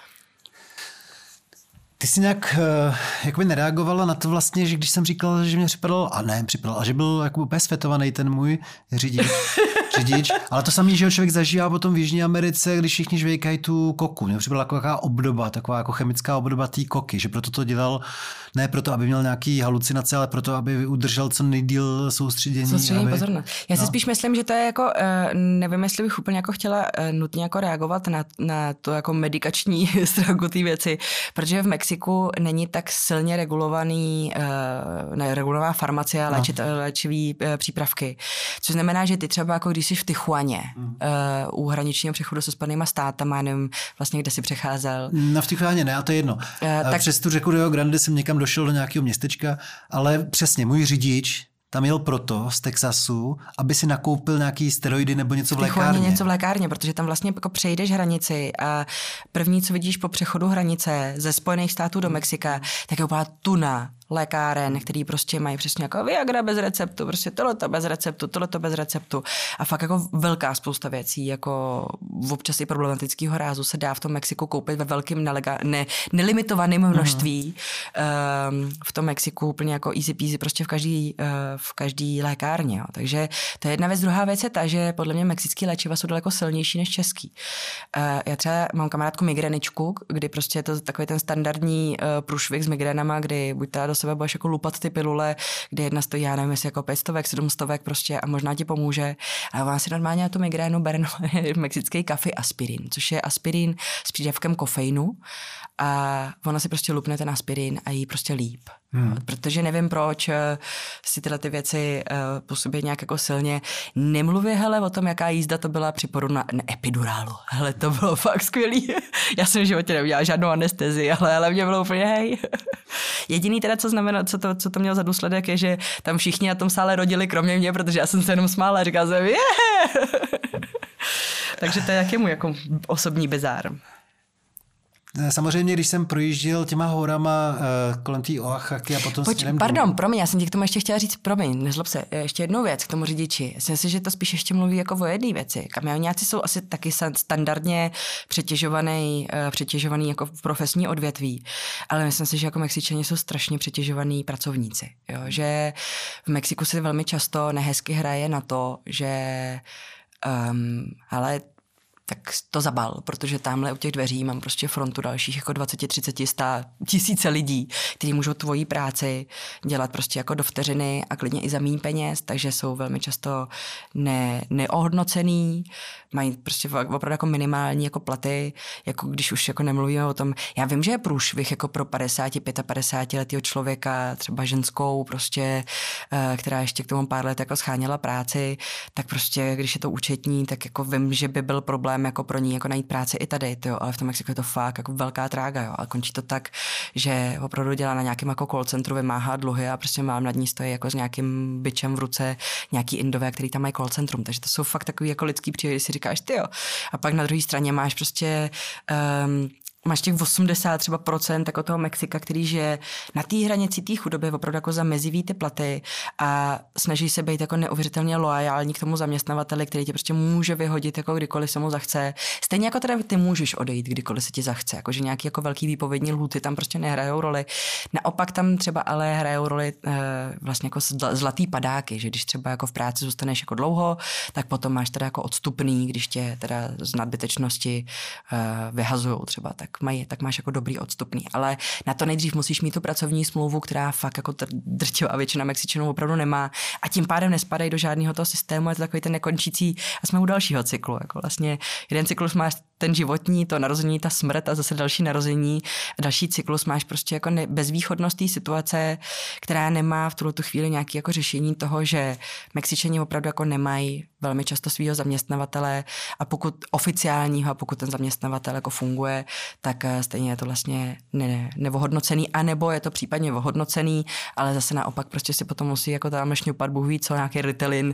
Speaker 2: Ty jsi nějak jakoby nereagovala na to vlastně, že když jsem říkal, že mě připadal, a že byl jako úplně světovaný ten můj řidič, ale to samý, že ho člověk zažívá potom v Jižní Americe, když všichni žvejkají tu koku. Mně připadala taková obdoba, taková jako chemická obdoba té koky, že proto to dělal, ne proto, aby měl nějaký halucinace, ale proto, aby udržel co nejdýl soustředění.
Speaker 3: Pozornost. Já si spíš myslím, že to je jako, nevím, jestli bych úplně jako chtěla nutně jako reagovat na to jako medikační stránku té věci, protože v Mexiku není tak silně regulovaná farmacie a léčivý přípravky. Což znamená, že ty třeba jako když jsi v Tijuaně u hraničního přechodu se Spojenýma státama, nevím vlastně, kde jsi přecházel.
Speaker 2: No v Tijuaně ne, a to je jedno. Tak... Přes tu řeku Rio Grande jsem někam došel do nějakého městečka, ale přesně můj řidič tam jel proto z Texasu, aby si nakoupil nějaký steroidy nebo něco v lékárně.
Speaker 3: Něco v lékárně, protože tam vlastně jako přejdeš hranici a první, co vidíš po přechodu hranice ze Spojených států do Mexika, tak je úplná tuna lékáren, který prostě mají přesně jako Viagra bez receptu, prostě tohleto bez receptu, tohleto bez receptu a fakt jako velká spousta věcí, jako občas i problematického rázu se dá v tom Mexiku koupit ve velkým nelimitovaném množství. V tom Mexiku úplně jako easy peasy prostě v každý lékárně. Jo. Takže to je jedna věc. Druhá věc je ta, že podle mě mexický léčiva jsou daleko silnější než český. Já třeba mám kamarádku migreničku, kdy prostě je to takový ten standardní průšvih s migrénama, kdy buď teda do sebe budeš jako lupat ty pilule, kdy jedna stojí, já nevím, jestli jako 500, 700 prostě a možná ti pomůže. A ona si normálně na tu migrénu bere mexický kafy aspirin, což je aspirin s přídavkem kofeinu a ona si prostě lupne ten aspirin a jí prostě líp. Protože nevím, proč si tyhle ty věci působí nějak jako silně. Nemluvě, hele, o tom, jaká jízda to byla při porodu na epidurálu. Hele, to bylo fakt skvělý. Já jsem v životě neudělala žádnou anestezii, ale mě bylo úplně hej. Jediný teda, co to mělo za důsledek, je, že tam všichni na tom sále rodili, kromě mě, protože já jsem se jenom smála a říkala jsem, Takže to je jaký můj jako osobní bizár.
Speaker 2: Samozřejmě, když jsem projížděl těma horama kolem té Oaxaky a potom
Speaker 3: promiň, já jsem ti k tomu ještě chtěla říct, nezlob se, ještě jednu věc k tomu řidiči. Já si myslím, že to spíš ještě mluví jako o jedné věci. Kamioňáci jsou asi taky standardně přetěžovaný jako profesní odvětví, ale myslím si, že jako Mexičani jsou strašně přetěžovaní pracovníci. Jo? Že v Mexiku se velmi často nehezky hraje na to, že ale tak to zabal, protože tamhle u těch dveří mám prostě frontu dalších jako 20, 30, 100 tisíce lidí, kteří můžou tvoji práci dělat prostě jako do vteřiny a klidně i za méně peněz, takže jsou velmi často neohodnocený, mají prostě opravdu jako minimální jako platy, jako když už jako nemluvíme o tom. Já vím, že je průšvih jako pro 50, 55 letého člověka, třeba ženskou prostě, která ještě k tomu pár let jako scháněla práci, tak prostě, když je to účetní, tak jako vím, že by byl problém jako pro ní jako najít práci i tady, tyjo, ale v tom Mexiku je to fakt jako velká trága, jo, a končí to tak, že opravdu dělá na nějakém jako call centru, vymáhá dluhy a prostě mám nad ní stojí jako s nějakým bičem v ruce nějaký Indové, který tam mají call centrum, takže to jsou fakt takový jako lidský příběhy, si říkáš, tyjo. A pak na druhé straně máš prostě máš těch 80 třeba procent jako toho Mexika, který žije na té hranici té chudoby, opravdu jako za mezivý ty platy a snaží se být jako neuvěřitelně loajální k tomu zaměstnavateli, který tě prostě může vyhodit jako kdykoliv se mu zachce. Stejně jako teda ty můžeš odejít, kdykoliv se ti zachce, jakože nějaký jako velký výpovědní lhůty tam prostě nehrajou roli. Naopak tam třeba ale hrajou roli vlastně jako zlatý padáky, že když třeba jako v práci zůstaneš jako dlouho, tak potom máš teda jako odstupný, když tě teda z nadbytečnosti vyhazujou třeba, tak máš jako dobrý odstupný. Ale na to nejdřív musíš mít tu pracovní smlouvu, která fakt jako drtivá většina Mexičanů opravdu nemá a tím pádem nespadají do žádného toho systému, je to takový ten nekončící a jsme u dalšího cyklu. Jako vlastně jeden cyklus máš ten životní, to narození, ta smrt a zase další narození a další cyklus máš prostě jako bezvýchodnost té situace, která nemá v tuto chvíli nějaké jako řešení toho, že Mexičani opravdu jako nemají velmi často svého zaměstnavatele a pokud oficiálního a pokud ten zaměstnavatel jako funguje, tak stejně je to vlastně neohodnocený, anebo je to případně ohodnocený, ale zase naopak prostě si potom musí jako tam šňupat Bůh ví co, nějaký Ritalin,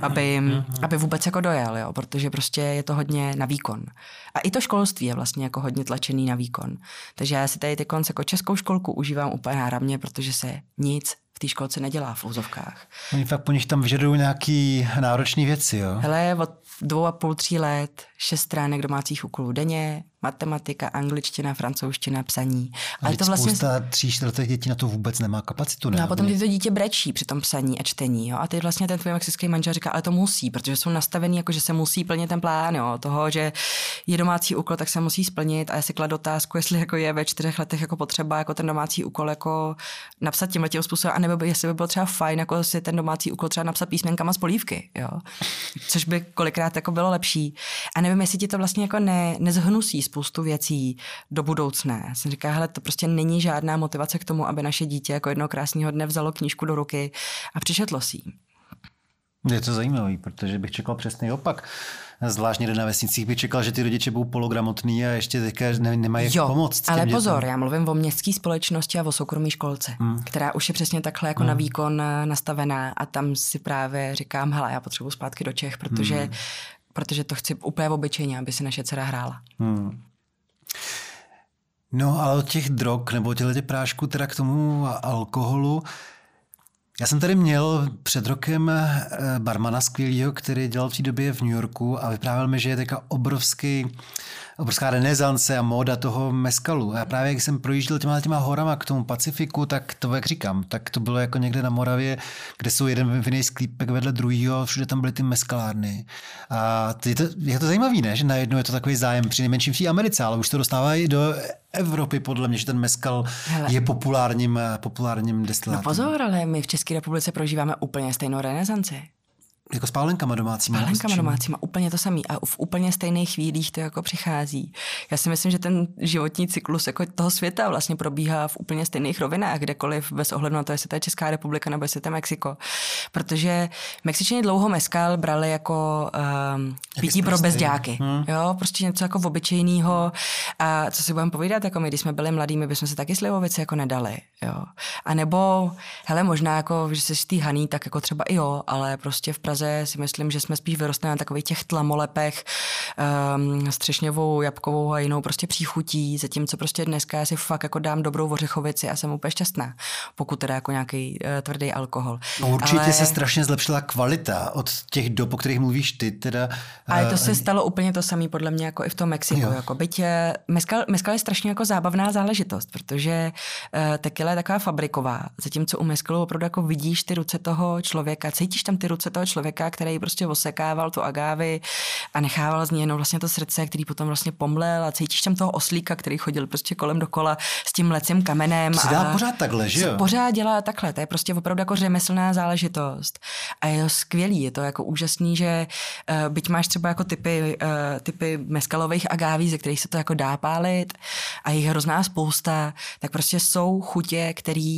Speaker 3: aby vůbec jako dojel, jo, protože prostě je to hodně na výkon. A i to školství je vlastně jako hodně tlačený na výkon. Takže já si tady ty konce jako českou školku užívám úplně náramně, protože se nic v té školce nedělá v úzovkách.
Speaker 2: Oni fakt po nich tam vyžadují nějaký náročné věci, jo?
Speaker 3: Hele, od 2,5-3 let 6 stránek domácích úkolů denně, matematika, angličtina, francouzština, psaní.
Speaker 2: Ale to vlastně spousta 3-4 dětí na to vůbec nemá kapacitu. Ne?
Speaker 3: No a potom ty to dítě brečí při tom psaní a čtení. Jo? A ty vlastně ten tvůj mexický manžel říká, ale to musí, protože jsou nastavený, jako že se musí plnit ten plán, jo? Toho, že je domácí úkol, tak se musí splnit a já si kladu otázku, jestli jako je ve 4 letech jako potřeba jako ten domácí úkol jako napsat tímhletím způsobem, anebo jestli by bylo třeba fajn jako si ten domácí úkol třeba napsat písmenkama z polívky, jo? Což by kolikrát jako bylo lepší. A nevím, jestli ti to vlastně jako nezhnusí spoustu věcí do budoucna. Já jsem říkala, hele, to prostě není žádná motivace k tomu, aby naše dítě jako jednoho krásného dne vzalo knížku do ruky a přečetlo si ji.
Speaker 2: Je to zajímavý, protože bych čekal přesný opak. Zvláštně na vesnicích bych čekal, že ty rodiče budou pologramotný a ještě teďka nemají jak pomoct.
Speaker 3: Ale pozor, já mluvím o městské společnosti a o soukromé školce, která už je přesně takhle jako na výkon nastavená a tam si právě říkám, hele, já potřebuji zpátky do Čech, protože to chci úplně obyčejně, aby si naše dcera hrála.
Speaker 2: No, ale od těch drog nebo těch prášků teda k tomu alkoholu. Já jsem tady měl před rokem barmana skvělýho, který dělal v té době v New Yorku a vyprávěl mi, že je taková obrovská renesance a móda toho mezcalu. A právě jak jsem projížděl těma horama k tomu Pacifiku, tak to, jak říkám, tak to bylo jako někde na Moravě, kde jsou jeden vinný sklípek vedle druhýho, všude tam byly ty mezcalárny. A je to zajímavý, ne? Že najednou je to takový zájem při nejmenším v té Americe, ale už to dostává i do Evropy, podle mě, že ten mezcal je populárním destilátem.
Speaker 3: No pozor, ale my v České republice prožíváme úplně stejnou renesanci.
Speaker 2: Jako s pálenkama domácíma.
Speaker 3: Pálenkama domácíma, úplně to samý. A v úplně stejných chvílích to jako přichází. Já si myslím, že ten životní cyklus jako toho světa vlastně probíhá v úplně stejných rovinách, kdekoliv, bez ohledu na to, jestli to je Česká republika nebo jestli to je Mexiko. Protože Mexičani dlouho mezcal brali jako pití pro bezďáky. Jo, prostě něco jako obyčejného. A co si budeme povídat, jako my, když jsme byli mladí, my bychom se taky slivovici jako nedali. Jo. A nebo, hele, možná jako, že jsi stýhaný, tak jako třeba i jo, ale prostě v Praze si myslím, že jsme spíš vyrostli na takových těch tlamolepech s třešňovou, jabkovou a jinou prostě příchutí, zatímco prostě dneska já si fakt jako dám dobrou ořechovici a jsem úplně šťastná, pokud teda jako nějaký tvrdý alkohol.
Speaker 2: No, určitě se strašně zlepšila kvalita od těch dob, o kterých mluvíš ty. Teda,
Speaker 3: ale to se stalo úplně to samé podle mě jako i v tom Mexiku. Jako byť mezcal je strašně jako zábavná záležitost, protože tequila je taková fabriková, zatímco u mezcalu opravdu jako vidíš ty ruce toho člověka, cítíš tam ty ruce toho člověka, který prostě osekával tu agávy a nechával z něj jenom vlastně to srdce, který potom vlastně pomlel a cítíš tam toho oslíka, který chodil prostě kolem dokola s tím lecím kamenem.
Speaker 2: To se dá pořád takhle, že jo?
Speaker 3: Pořád dělá takhle, to je prostě opravdu jako řemeslná záležitost. A je to skvělý, je to jako úžasný, že byť máš třeba jako typy mezcalových agáví, ze kterých se to jako dá pálit a jich hrozná spousta, tak prostě jsou chutě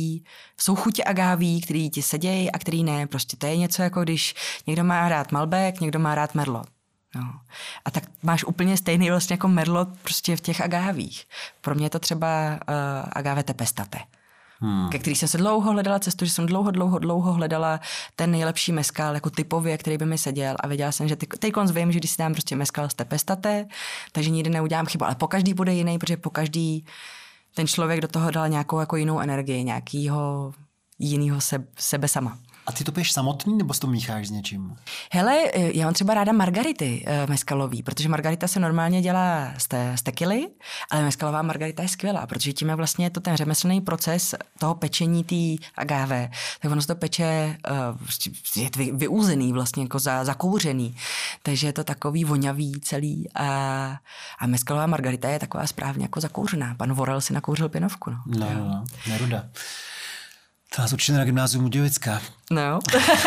Speaker 3: agáví, který ti sedějí a který ne. Prostě to je něco jako když někdo má rád Malbec, někdo má rád Merlot. No. A tak máš úplně stejný vlastně jako Merlot prostě v těch agávích. Pro mě je to třeba agave Tepestate, ke který jsem se dlouho hledala cestu, že jsem dlouho hledala ten nejlepší mezcal jako typově, který by mi seděl a věděla jsem, že teďkonc vím, že když si dám prostě mezcal z Tepestate, takže nikdy neudělám chybu, ale pokaždý bude jiný, protože pokaždý ten člověk do toho dal nějakou jako jinou energii, nějakýho jinýho sebe sama.
Speaker 2: A ty to piješ samotný, nebo si to mícháš s něčím?
Speaker 3: Hele, já mám třeba ráda margarity mezcalový, protože margarita se normálně dělá z tequily, ale mezcalová margarita je skvělá, protože tím je vlastně to ten řemeslný proces toho pečení té agáve, tak ono se to peče, je vyúzený vlastně, jako zakouřený, takže je to takový vonavý celý a mezcalová margarita je taková správně jako zakouřená. Pan Vorel si nakouřil pěnovku.
Speaker 2: No, Neruda. To nás učili na gymnáziu Budějovická.
Speaker 3: No.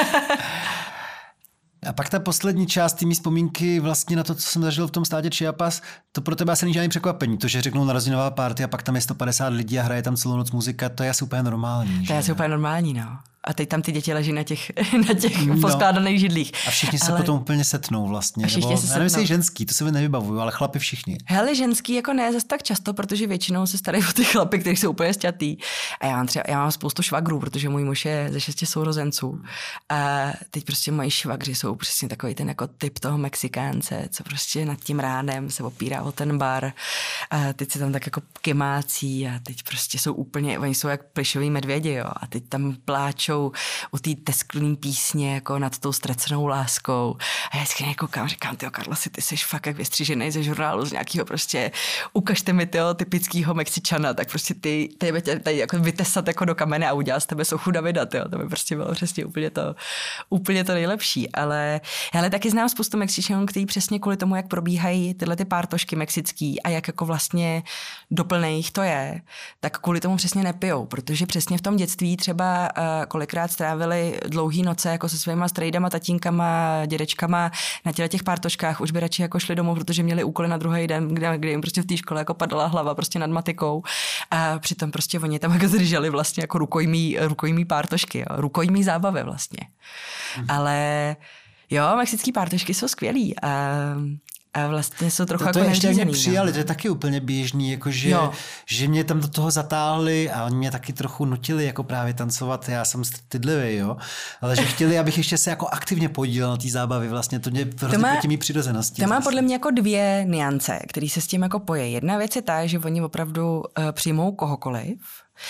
Speaker 2: A pak ta poslední část té mý vzpomínky vlastně na to, co jsem zažil v tom státě Chiapas, to pro tebe asi není žádný překvapení. To, že řeknou narozeninová party a pak tam je 150 lidí a hraje tam celou noc muzika, to je asi úplně normální.
Speaker 3: To je asi úplně normální, no. A teď tam ty děti leží na těch poskládaných židlích.
Speaker 2: A všichni se potom úplně setnou vlastně. Nebo, já nevím, jestli ženský, to se nevybavuju, ale chlapi všichni.
Speaker 3: Hele, ženský jako ne zase tak často, protože většinou se starají o ty chlapy, kteří jsou úplně sťatý. A já mám spoustu švagrů, protože můj muž je ze 6 sourozenců. A teď prostě moji švagři jsou přesně takový ten jako typ toho Mexikánce, co prostě nad tím ránem se opírá o ten bar. A teď se tam tak jako kymácí a teď prostě jsou úplně, oni jsou jak plišoví medvědi, jo. A teď tam pláčou u té tesklený písně jako nad tou ztracenou láskou. A já vždycky nekoukám, říkám, tyjo, Carlosi, ty jsi fakt jak vystřížený ze žurnálu z nějakého prostě, ukažte mi tyho typického Mexičana, tak prostě ty tady jako vytesat jako do kamene a udělat z tebe sochu Davida, tyjo, to by prostě bylo přesně úplně to nejlepší. Ale taky znám spoustu Mexičanů, kteří přesně kvůli tomu, jak probíhají tyhle ty pártošky mexický a jak jako vlastně doplnej to je, tak kvůli tomu přesně nepijou, protože přesně v tom dětství třeba kolikrát strávili dlouhý noce jako se svýma strejdama, tatínkama, dědečkama na těch pártoškách, už by radši jako šli domů, protože měli úkoly na druhý den, kde jim prostě v té škole jako padala hlava prostě nad matikou a přitom prostě oni tam jako zdrželi vlastně jako rukojmí pártošky, jo, rukojmí zábavy vlastně. Ale jo, mexický pártošky jsou skvělý a vlastně jsou trochu
Speaker 2: to
Speaker 3: jako
Speaker 2: je ještě
Speaker 3: neřízený.
Speaker 2: mě přijali, to je taky úplně běžný, jakože, že mě tam do toho zatáhli a oni mě taky trochu nutili jako právě tancovat, já jsem stydlivý, jo, ale že chtěli, abych ještě se jako aktivně podílel na té zábavy, vlastně to mě hrozně proti mý přirozenosti.
Speaker 3: To má podle mě jako dvě niance, které se s tím jako pojí. Jedna věc je ta, že oni opravdu přijmou kohokoliv,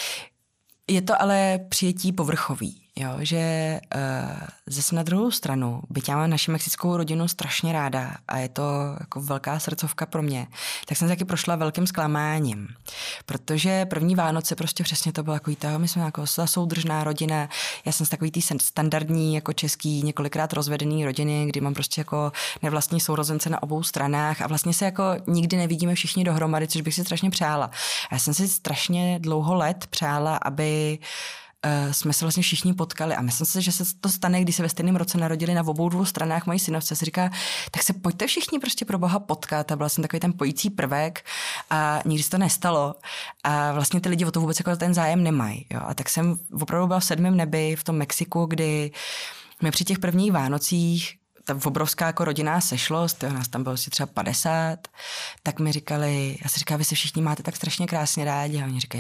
Speaker 3: je to ale přijetí povrchový, jo? Že zase na druhou stranu, byť já mám naši mexickou rodinu strašně ráda a je to jako velká srdcovka pro mě, tak jsem taky prošla velkým zklamáním, protože první Vánoce prostě přesně to bylo takový to, my jsme jako soudržná rodina, já jsem z takový tý standardní jako český několikrát rozvedený rodiny, kdy mám prostě jako nevlastní sourozence na obou stranách a vlastně se jako nikdy nevidíme všichni dohromady, což bych si strašně přála. A já jsem si strašně dlouho let přála, aby jsme se vlastně všichni potkali a myslím si, že se to stane, když se ve stejném roce narodili na obou dvou stranách moji synovce. Se říká, tak se pojďte všichni prostě pro Boha potkat a byl jsem takový ten pojící prvek a nikdy se to nestalo a vlastně ty lidi o to vůbec jako ten zájem nemají. Jo? A tak jsem opravdu byla v 7. nebi v tom Mexiku, kdy my při těch prvních Vánocích ta obrovská jako rodinná sešlost, jo, nás tam bylo asi třeba 50, tak mi říkali, já si říkám, vy se všichni máte tak strašně krásně rádi a oni říkají,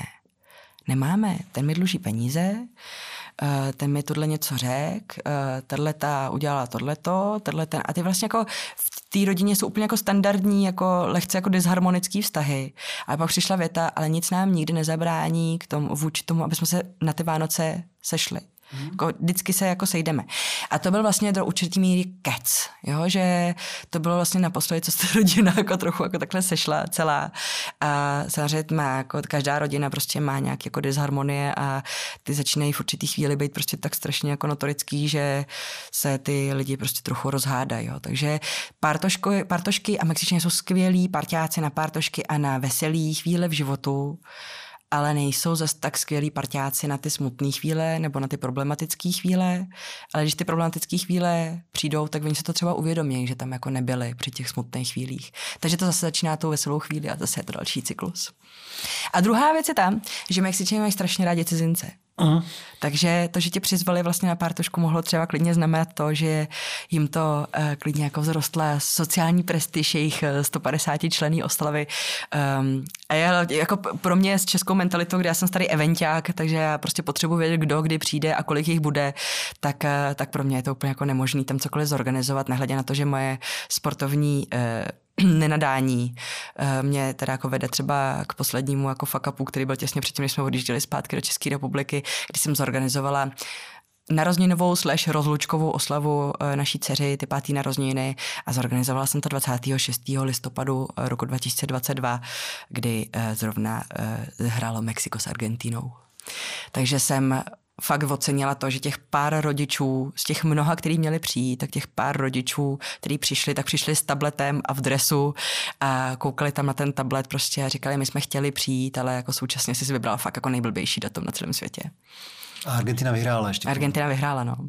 Speaker 3: nemáme, ten mi dluží peníze, ten mi tohle něco řek, tato udělala tohleto, ten a ty vlastně jako v té rodině jsou úplně jako standardní, jako lehce jako disharmonický vztahy. A pak přišla věta, ale nic nám nikdy nezabrání k tomu, vůči tomu, aby jsme se na ty Vánoce sešli. Jako vždycky se jako sejdeme. A to byl vlastně do určitý míry kec, jo? Že to bylo vlastně naposledy, co se rodina jako trochu jako takhle sešla celá. A samozřejmě má, jako každá rodina prostě má nějaké jako disharmonie a ty začínají v určitý chvíli být prostě tak strašně jako notorický, že se ty lidi prostě trochu rozhádají. Jo? Takže pártošky a Mexičané jsou skvělí parťáci na pártošky a na veselý chvíle v životu, ale nejsou zas tak skvělí parťáci na ty smutné chvíle nebo na ty problematické chvíle, ale když ty problematické chvíle přijdou, tak oni se to třeba uvědomí, že tam jako nebyli při těch smutných chvílích. Takže to zase začíná tou veselou chvíli a zase je to další cyklus. A druhá věc je tam, že Mexičané mají strašně rádi cizince. Takže to, že tě přizvali vlastně na pártošku, mohlo třeba klidně znamenat to, že jim to klidně jako vzrostla sociální prestiž jejich 150 členů oslavy. A jako pro mě s českou mentalitou, kde já jsem starý evenťák, takže já prostě potřebuji vědět, kdo kdy přijde a kolik jich bude, tak pro mě je to úplně jako nemožný tam cokoliv zorganizovat, nehledě na to, že moje sportovní nenadání mě teda jako vede třeba k poslednímu jako fuck upu, který byl těsně předtím, než jsme odjížděli zpátky do České republiky, kdy jsem zorganizovala narozeninovou / rozlučkovou oslavu naší dceři, ty 5. narozeniny a zorganizovala jsem to 26. listopadu roku 2022, kdy zrovna hrálo Mexiko s Argentinou. Takže jsem fakt ocenila to, že těch pár rodičů, z těch mnoha, kteří měli přijít, tak těch pár rodičů, kteří přišli, tak přišli s tabletem a v dresu a koukali tam na ten tablet prostě a říkali, my jsme chtěli přijít, ale jako současně si vybrala fakt jako nejblbější datum na celém světě.
Speaker 2: A Argentina vyhrála ještě.
Speaker 3: Argentina vyhrála, no.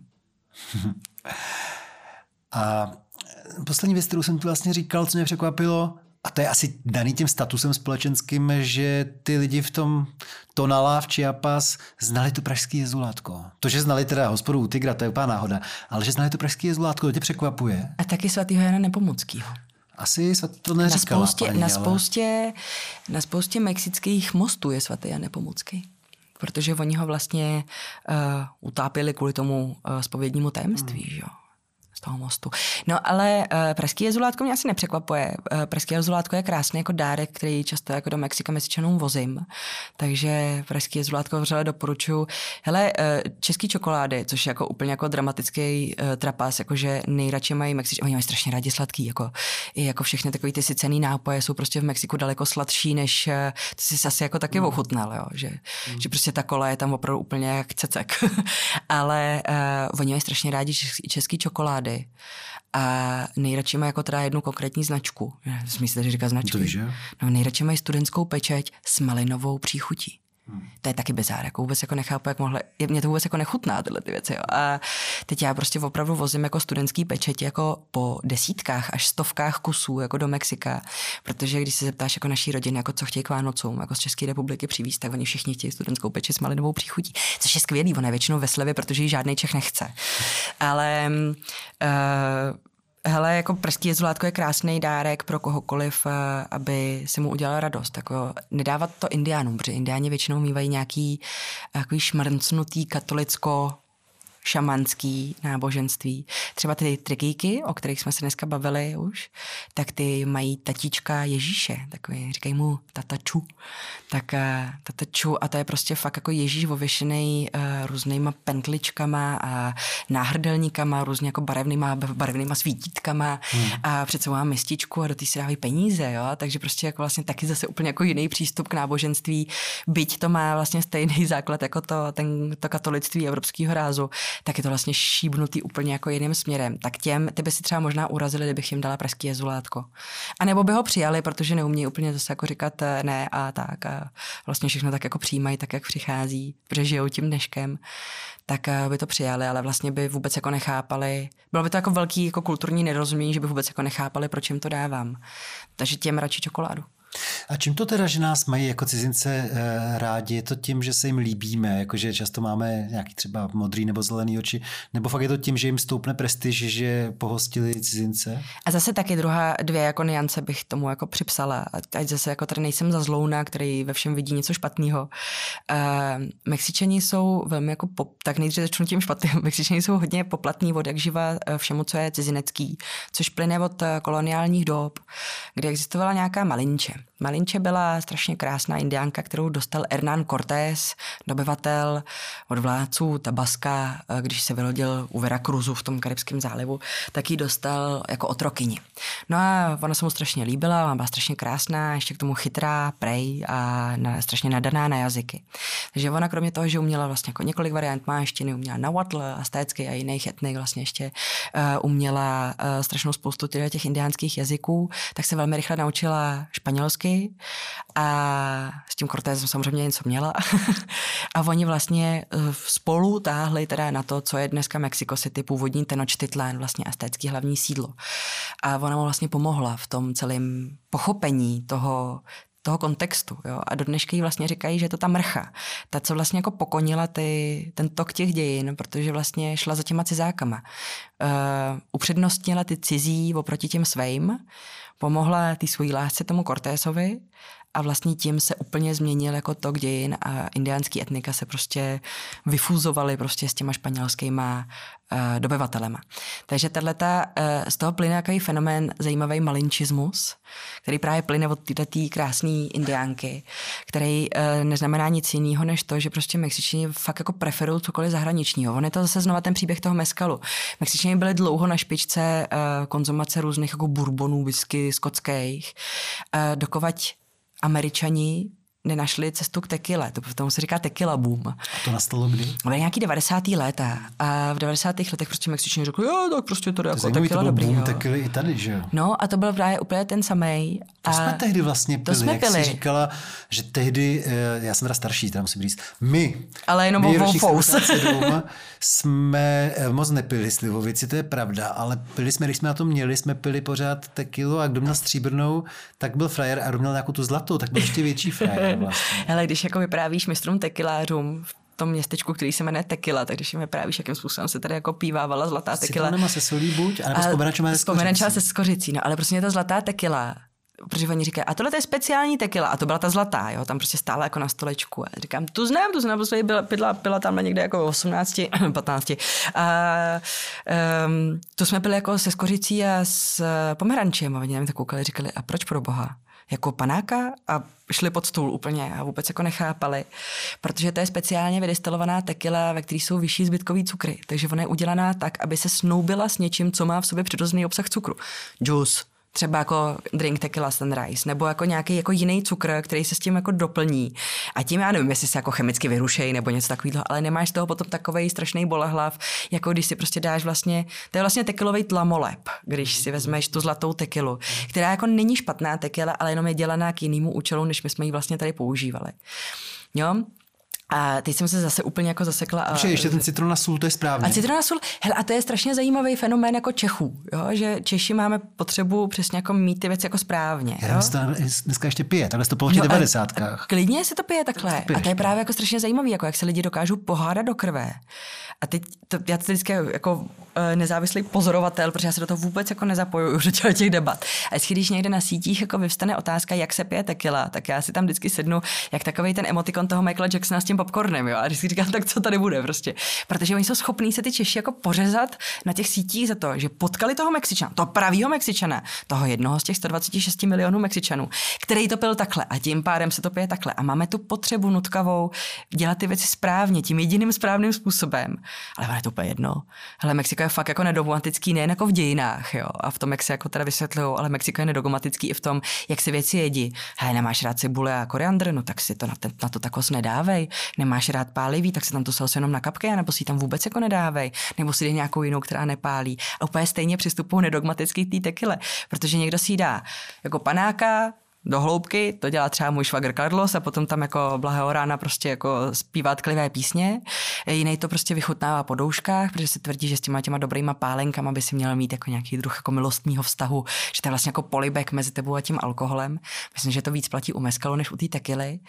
Speaker 2: A poslední věc, kterou jsem tu vlastně říkal, co mě překvapilo, a to je asi daný tím statusem společenským, že ty lidi v tom Tonalá v Chiapas znali to pražský jezulátko. To, že znali teda hospodu u Tygra, to je úplná náhoda, ale že znali to pražský jezulátko, to tě překvapuje.
Speaker 3: A taky svatýho Jana Nepomuckýho.
Speaker 2: Asi to neříkala paní,
Speaker 3: na spoustě mexických mostů je svatý Jan Nepomucký. Protože oni ho vlastně utápili kvůli tomu zpovědnímu tajemství, že jo? Z toho mostu. No ale pražský jezulátko mě asi nepřekvapuje. Pražský jezulátko je krásný jako dárek, který často jako do Mexika Mexičanům vozím. Takže pražský jezulátko vřele doporučuji. Hele, český čokolády, což je jako úplně jako dramatický trapas, jakože nejradši mají Mexičané, oni mají strašně rádi sladký, i jako všechny takový ty sycený nápoje jsou prostě v Mexiku daleko sladší, než to jsi asi jako taky ochutnal, jo? Že prostě ta kola je tam opravdu úplně jak cecek. Ale oni mají strašně rádi český čokolády. A nejradši mají jako teda jednu konkrétní značku. Myslíte, že říká značky?
Speaker 2: To víš, že?
Speaker 3: No, nejradši mají studentskou pečeť s malinovou příchutí. To je taky bizár, jako vůbec jako nechápu, jak mohla, mě to vůbec jako nechutná tyhle ty věci. Jo. A teď já prostě opravdu vozím jako studentský pečeti jako po desítkách až stovkách kusů jako do Mexika, protože když se zeptáš jako naší rodiny, jako co chtějí k Vánocům, jako z České republiky přivízt, tak oni všichni chtějí studentskou peči s malinovou příchutí, což je skvělý, ona je většinou ve slevě, protože ji žádný Čech nechce. Ale Hele, jako pražský jezulátko je krásný dárek pro kohokoliv, aby si mu udělal radost. Jako nedávat to indiánům, protože indiáni většinou mývají nějaký šmrncnutý katolicko šamanský náboženství. Třeba ty trikýky, o kterých jsme se dneska bavili už, tak ty mají tatíčka Ježíše, takový, říkají mu tataču. Tak tataču a to je prostě fakt jako Ježíš ověšený různýma pentličkama a náhrdelníkama, různě jako barevnýma svítítkama a před sebou má mističku a do té si dávají peníze, jo? Takže prostě jako vlastně taky zase úplně jako jiný přístup k náboženství, byť to má vlastně stejný základ jako to katolictví evropského rázu, tak je to vlastně šíbnutý úplně jako jiným směrem. Tak ty by si třeba možná urazili, kdybych jim dala pražský jezulátko. A nebo by ho přijali, protože neumějí úplně zase jako říkat ne a tak a vlastně všechno tak jako přijímají, tak jak přichází, protože žijou tím dneškem, tak by to přijali, ale vlastně by vůbec jako nechápali. Bylo by to jako velký jako kulturní nedorozumění, že by vůbec jako nechápali, proč jim to dávám. Takže těm radši čokoládu.
Speaker 2: A čím to teda, že nás mají jako cizince rádi? Je to tím, že se jim líbíme, jakože často máme nějaký třeba modrý nebo zelený oči, nebo fakt je to tím, že jim stoupne prestiž, že pohostili cizince?
Speaker 3: A zase taky dvě jako niance bych tomu jako připsala. Ať zase jako tady nejsem za zlouna, který ve všem vidí něco špatného. Mexičani jsou velmi jako tak nejdřív začnu tím špatným. Mexičani jsou hodně poplatní od jak živa všemu, co je cizinecký, což plyne od koloniálních dob, kdy existovala nějaká Malinche. Malinche byla strašně krásná indiánka, kterou dostal Hernán Cortés, dobyvatel od vládců Tabaska, když se vylodil u Veracruzu v tom Karibském zálivu, tak ji dostal jako otrokyni. No a ona se mu strašně líbila, ona byla strašně krásná, ještě k tomu chytrá, prej a strašně nadaná na jazyky. Takže ona kromě toho, že uměla vlastně jako několik variant máštiny, uměla nahuatl, aztécky a jiných etnik, vlastně ještě uměla strašnou spoustu těch indiánských jazyků, tak se velmi rychle naučila španělsky a s tím Cortésem samozřejmě něco měla. A oni vlastně spolu táhli teda na to, co je dneska Mexico City, původní Tenochtitlán, vlastně aztécký hlavní sídlo. A ona mu vlastně pomohla v tom celém pochopení toho kontextu. Jo? A do dneška jí vlastně říkají, že je to ta mrcha. Ta, co vlastně jako pokonila ten tok těch dějin, protože vlastně šla za těma cizákama. Upřednostnila ty cizí oproti těm svým, pomohla ty svojí lásce tomu Cortésovi a vlastně tím se úplně změnil jako tok dějin a indiánský etnika se prostě vyfuzovaly prostě s těma španělskýma dobyvatelema. Takže z toho plyne takový fenomén zajímavý malinchismus, který právě plyne od této krásné indiánky, který neznamená nic jiného, než to, že prostě Mexičani fakt jako preferují cokoliv zahraničního. On je to zase znova ten příběh toho mezcalu. Mexičani byli dlouho na špičce konzumace různých jako bourbonů, whisky, skotských, dokovať Američani nenašli cestu k tekile. Tomu se říká tequila boom.
Speaker 2: A to nastalo kdy?
Speaker 3: Bylo nějaký 90. léta. A v 90. letech prostě Mexičani řekli, jo, tak prostě to je jako
Speaker 2: tequila
Speaker 3: tequila dobrý.
Speaker 2: To boom tekily i tady, že jo?
Speaker 3: No a to byl právě úplně ten samej.
Speaker 2: To jsme tehdy vlastně pili.
Speaker 3: To jsme
Speaker 2: jak
Speaker 3: pili.
Speaker 2: jsi říkala, že tehdy, já jsem teda starší, teda musím říct,
Speaker 3: ale jenom o fous.
Speaker 2: jsme moc nepili slivovici, to je pravda, ale pili jsme, když jsme na to měli, jsme pili pořád tequilu a kdo měl stříbrnou, tak byl frajer a kdo měl nějakou tu zlatou, tak byl ještě větší frajer vlastně.
Speaker 3: Hele, když jako vyprávíš mistrům tequilářům v tom městečku, který se jmenuje Tequila, tak když jim vyprávíš, jakým způsobem se tady jako pívávala zlatá tequila.
Speaker 2: S citronem se solí buď, anebo s
Speaker 3: pomerančem se skořicí, no ale prostě ta zlatá tequila, protože oni říkají, a tohle je speciální tequila, a to byla ta zlatá, jo, tam prostě stála jako na stolečku. A říkám, tu znám, prostě pila tam někde jako 18, 15. A to jsme pili jako se skořicí a s pomerančem a oni nám tak koukali, říkali, a proč pro boha? Jako panáka a šli pod stůl úplně a vůbec jako nechápali, protože to je speciálně vydestilovaná tequila, ve které jsou vyšší zbytkový cukry, takže ona je udělaná tak, aby se snoubila s něčím, co má v sobě přirozený obsah cukru. Juice, třeba jako drink tequila sunrise, nebo jako nějaký jako jiný cukr, který se s tím jako doplní. A tím já nevím, jestli se jako chemicky vyrušejí nebo něco takového, ale nemáš z toho potom takovej strašný bolehlav, jako když si prostě dáš vlastně, to je vlastně tequilový tlamolep, když si vezmeš tu zlatou tequilu, která jako není špatná tequila, ale jenom je dělaná k jinému účelu, než my jsme ji vlastně tady používali. Jo? A teď jsem se zase úplně jako zasekla.
Speaker 2: A ještě ten citron a sůl, to je správně.
Speaker 3: A citron a sůl, hele, a to je strašně zajímavý fenomén jako Čechů, jo? Že Češi máme potřebu přesně jako mít ty věci jako správně.
Speaker 2: Já to dneska ještě pije, takhle to bylo v těch 90kách.
Speaker 3: Klidně se to pije takhle. A to je právě jako strašně zajímavý, jako jak se lidi dokážou pohádat do krve. A teď já to vždycky jako nezávislý pozorovatel, protože já se do toho vůbec jako nezapojuju do těch debat. A když někde na sítích jako vyvstane otázka, jak se pije tequila, tak já si tam vždycky sednu, jak takovej ten emotikon toho Michaela Jacksona s tím popcornem, jo. A když si říkám, tak co tady bude prostě. Protože oni jsou schopní se ty Češi jako pořezat na těch sítích za to, že potkali toho Mexičana, toho pravýho Mexičana, toho jednoho z těch 126 milionů Mexičanů, který to pil takhle a tím pádem se to pije takhle. A máme tu potřebu nutkavou dělat ty věci správně, tím jediným správným způsobem. Ale ono je to úplně jedno. Hele, Mexiko je fakt jako nedogmatický nejen jako v dějinách, jo. A v tom, jak se jako teda vysvětlujou, ale Mexiko je nedogmatický i v tom, jak si věci jedí. Hele, nemáš rád cibule a koriandr, no tak si to na to takos nedávej. Nemáš rád pálivý, tak si tam to salsu jenom na kapky, nebo si tam vůbec jako nedávej. Nebo si dej nějakou jinou, která nepálí. A úplně stejně přistupují nedogmaticky k té tekile, protože někdo si dá jako panáka do hloubky, to dělá třeba můj švagr Carlos a potom tam jako blahého rána prostě jako zpívá tklivé písně. Jiný to prostě vychutnává po douškách, protože se tvrdí, že s těma dobrýma pálenkama by si měl mít jako nějaký druh jako milostního vztahu, že to je vlastně jako polibek mezi tebou a tím alkoholem. Myslím, že to víc platí u mezcalu než u té tekily.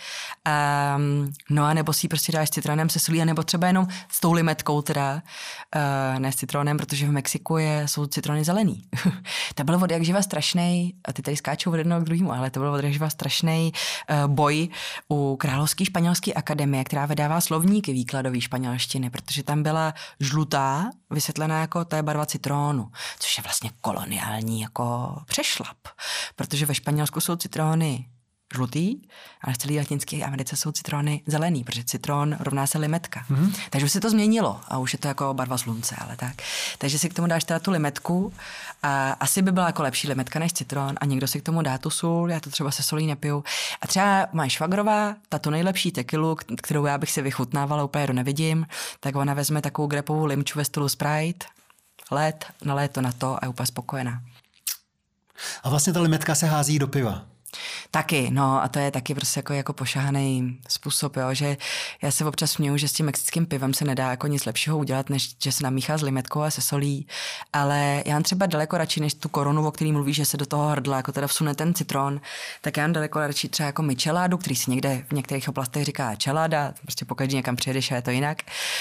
Speaker 3: No a nebo si prostě dáš s citronem se solí, nebo třeba jenom s tou limetkou teda, ne s citronem, protože v Mexiku jsou citrony zelený. To bylo od jak živa strašnej, a ty tady skáčou od jednoho k druhému, ale to byl od jak živa strašnej boj u Královské španělské akademie, která vydává slovníky výkladové španělštiny, protože tam byla žlutá, vysvětlená jako to je barva citrónu, což je vlastně koloniální jako přešlap, protože ve Španělsku jsou citróny žlutý, ale v celé Latinské Americe jsou citrony zelený, protože citron rovná se limetka. Takže už se to změnilo a už je to jako barva slunce, ale tak. Takže si k tomu dáš teda tu limetku a asi by byla jako lepší limetka než citron a někdo si k tomu dá tu sůl, já to třeba se solí nepiju. A třeba moje švagrová, ta tu nejlepší tekilu, kterou já bych si vychutnávala, úplně to nevidím, tak ona vezme takovou grepovou limču ve stylu Sprite, naleje to na to a je úplně spokojená.
Speaker 2: A vlastně ta limetka se hází do piva.
Speaker 3: Taky, no a to je taky prostě jako pošahaný způsob, jo, že já se občas směju, že s tím mexickým pivem se nedá jako nic lepšího udělat, než že se namíchá s limetkou a se solí, ale já mám třeba daleko radši než tu koronu, o který mluví, že se do toho hrdla jako teda vsune ten citron, tak já mám daleko radši třeba jako micheládu, který si někde v některých oblastech říká čeláda, prostě pokud někam přijedeš a je to jinak.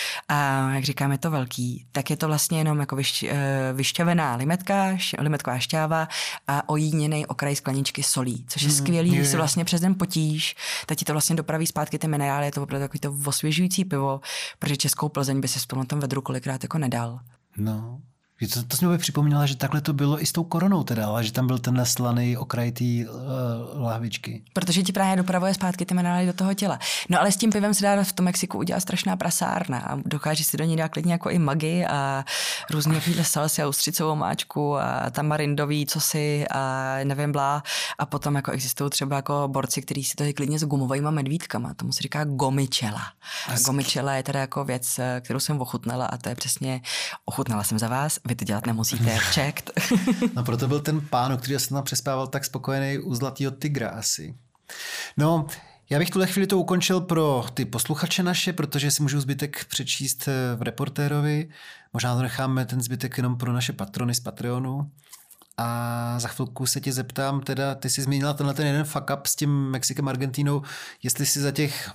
Speaker 3: A jak říkám, je to velký, tak je to vlastně jenom jako vyšťavená limetková šťáva a ojíněnej okraj skleničky solí, což je skvělý, když se vlastně přes den potíš, tak ti to vlastně dopraví zpátky ty minerály, je to opravdu takový to osvěžující pivo, protože Českou Plzeň by si v tom vedru kolikrát jako nedal.
Speaker 2: No, to jsi mi připomněla, že takhle to bylo i s tou koronou teda, ale že tam byl ten slaný okraj té lahvičky.
Speaker 3: Protože ti právě dopravuje zpátky ty minerály do toho těla. No ale s tím pivem se dá v tom Mexiku udělat strašná prasárna a dokáže si do ní dát klidně jako i magy a různě takovýhle salsy a ustřicovou máčku a tamarindový cosi a nevím blá. A potom jako existují třeba jako borci, kteří si to je klidně s gumovejma medvídkama. Tomu se říká gomičela. A gomičela je teda jako věc, kterou jsem ochutnala a to je přesně, ochutnala jsem za vás, vy to dělat nemusíte, checked.
Speaker 2: No proto byl ten pán, který jsem tam přespával, tak spokojený u Zlatýho tygra asi. No, já bych tuhle chvíli to ukončil pro ty posluchače naše, protože si můžu zbytek přečíst v Reportérovi. Možná to necháme ten zbytek jenom pro naše patrony z Patreonu. A za chvilku se tě zeptám, teda ty jsi zmínila tenhle ten jeden fuck up s tím Mexikem, Argentínou, jestli si za těch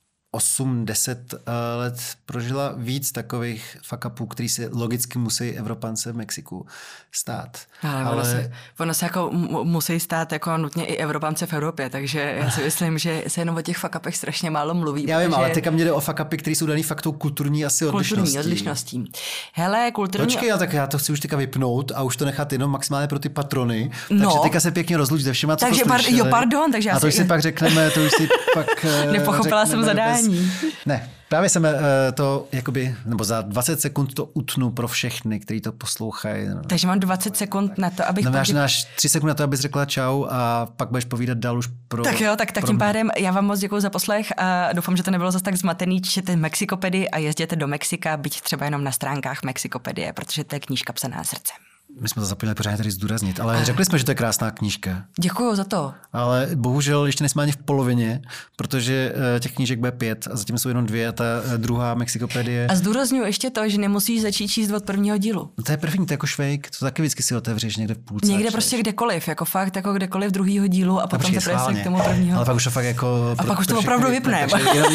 Speaker 2: 8-10 let prožila víc takových fuck-upů, který se logicky musí Evropance v Mexiku stát.
Speaker 3: Ale ono se jako musí stát jako nutně i Evropance v Evropě, takže já si myslím, že se jenom o těch fuck-upech strašně málo mluví.
Speaker 2: Já vím, ale teďka mě jde o fuck-upy, které jsou daný faktou kulturní asi
Speaker 3: odlišností. Hele, kulturní...
Speaker 2: Počkej, tak já to chci už teďka vypnout a už to nechat jenom maximálně pro ty patrony. Takže teďka se pěkně rozluč se všema, co
Speaker 3: takže
Speaker 2: pardon,
Speaker 3: takže
Speaker 2: a to už si pak řekneme, to už si pak
Speaker 3: nepochopila jsem zadání.
Speaker 2: Ne, právě jsem to jakoby, nebo za 20 sekund to utnu pro všechny, kteří to poslouchají.
Speaker 3: Takže mám 20 sekund na to, abych...
Speaker 2: Máš 3 sekundy na to, abys řekla čau a pak budeš povídat dál už pro...
Speaker 3: Tak jo, tak tím pádem já vám moc děkuju za poslech a doufám, že to nebylo zase tak zmatený, čtěte Mexikopedii a jezděte do Mexika, byť třeba jenom na stránkách Mexikopedie, protože to je knížka psaná srdcem.
Speaker 2: My jsme to zapomněli pořádně tady zdůraznit, ale řekli jsme, že to je krásná knížka.
Speaker 3: Děkuju za to.
Speaker 2: Ale bohužel ještě nejsme ani v polovině, protože těch knížek bude 5 a zatím jsou jenom 2 a ta druhá Mexikopedie.
Speaker 3: A zdůrazňuji ještě to, že nemusíš začít číst od prvního dílu.
Speaker 2: No to je první, to je jako švejk, to taky vždycky si otevřeš někde v půlce.
Speaker 3: Někde prostě kdekoliv, jako fakt jako kdekoliv druhýho dílu a potom teprve se k tomu prvního.
Speaker 2: Ale pak už to fakt jako...
Speaker 3: A pak už to opravdu vypne.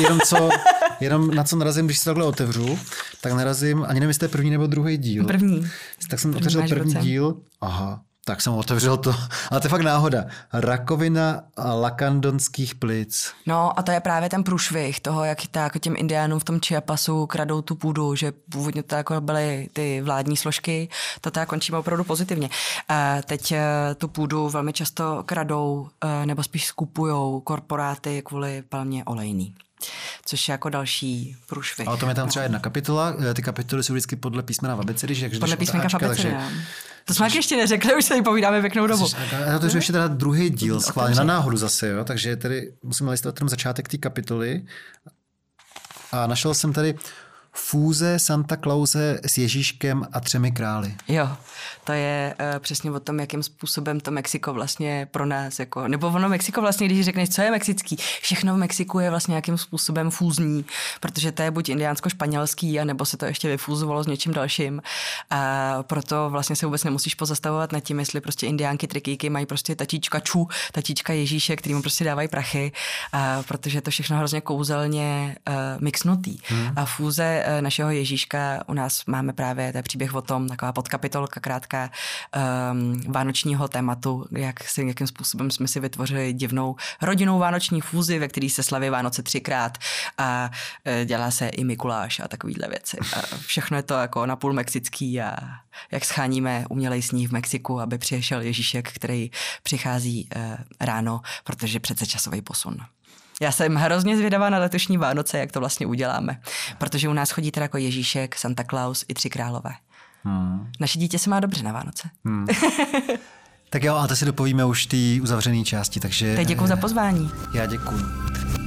Speaker 2: Jenom na co narazím, když si takhle otevřu, tak narazím, ani nevím, jestli to je první nebo druhý díl.
Speaker 3: První.
Speaker 2: Tak jsem otevřel první díl. Aha, tak jsem otevřel to. Ale to je fakt náhoda. Rakovina lakandonských plic.
Speaker 3: No a to je právě ten průšvih toho, jak jako těm indiánům v tom Chiapasu kradou tu půdu, že původně to jako byly ty vládní složky, to tak končíme opravdu pozitivně. A teď tu půdu velmi často kradou, nebo spíš skupujou korporáty kvůli palmě olejný. Což je jako další průšvih.
Speaker 2: Ale to je tam třeba jedna kapitola. Ty kapitoly jsou vždycky podle písmena v abecedy.
Speaker 3: Podle písmenka v abecedy, to jsme ještě neřekli, už se jí povídáme pěknou dobu.
Speaker 2: Já to ještě teda druhý díl, schválně na náhodu zase, jo? Takže tady musíme listovat ten začátek té kapitoly. A našel jsem tady fúze Santa Clause s Ježíškem a 3 králi.
Speaker 3: Jo, to je přesně o tom, jakým způsobem to Mexiko vlastně pro nás, jako, nebo ono Mexiko vlastně, když řekneš, co je mexický, všechno v Mexiku je vlastně nějakým způsobem fúzní, protože to je buď indiánsko-španělský, anebo se to ještě vyfúzovalo s něčím dalším. A proto vlastně se vůbec nemusíš pozastavovat nad tím, jestli prostě indiánky, trikýky mají prostě tatíčka Ježíše, kterým prostě dávají prachy, protože je to všechno hrozně kouzelně mixnutý. A fúze našeho Ježíška, u nás máme právě ten příběh o tom, taková podkapitolka krátká vánočního tématu, jakým způsobem jsme si vytvořili divnou rodinnou vánoční fúzi, ve který se slaví Vánoce 3krát a dělá se i Mikuláš a takovýhle věci. A všechno je to jako napůl mexický a jak scháníme umělej sníh v Mexiku, aby přišel Ježíšek, který přichází ráno, protože přece časový posun. Já jsem hrozně zvědavá na letošní Vánoce, jak to vlastně uděláme. Protože u nás chodí teda jako Ježíšek, Santa Claus i 3 králové. Naše dítě se má dobře na Vánoce.
Speaker 2: Tak jo, a to si dopovíme už té uzavřené části, takže...
Speaker 3: Teď děkuju za pozvání.
Speaker 2: Já děkuju.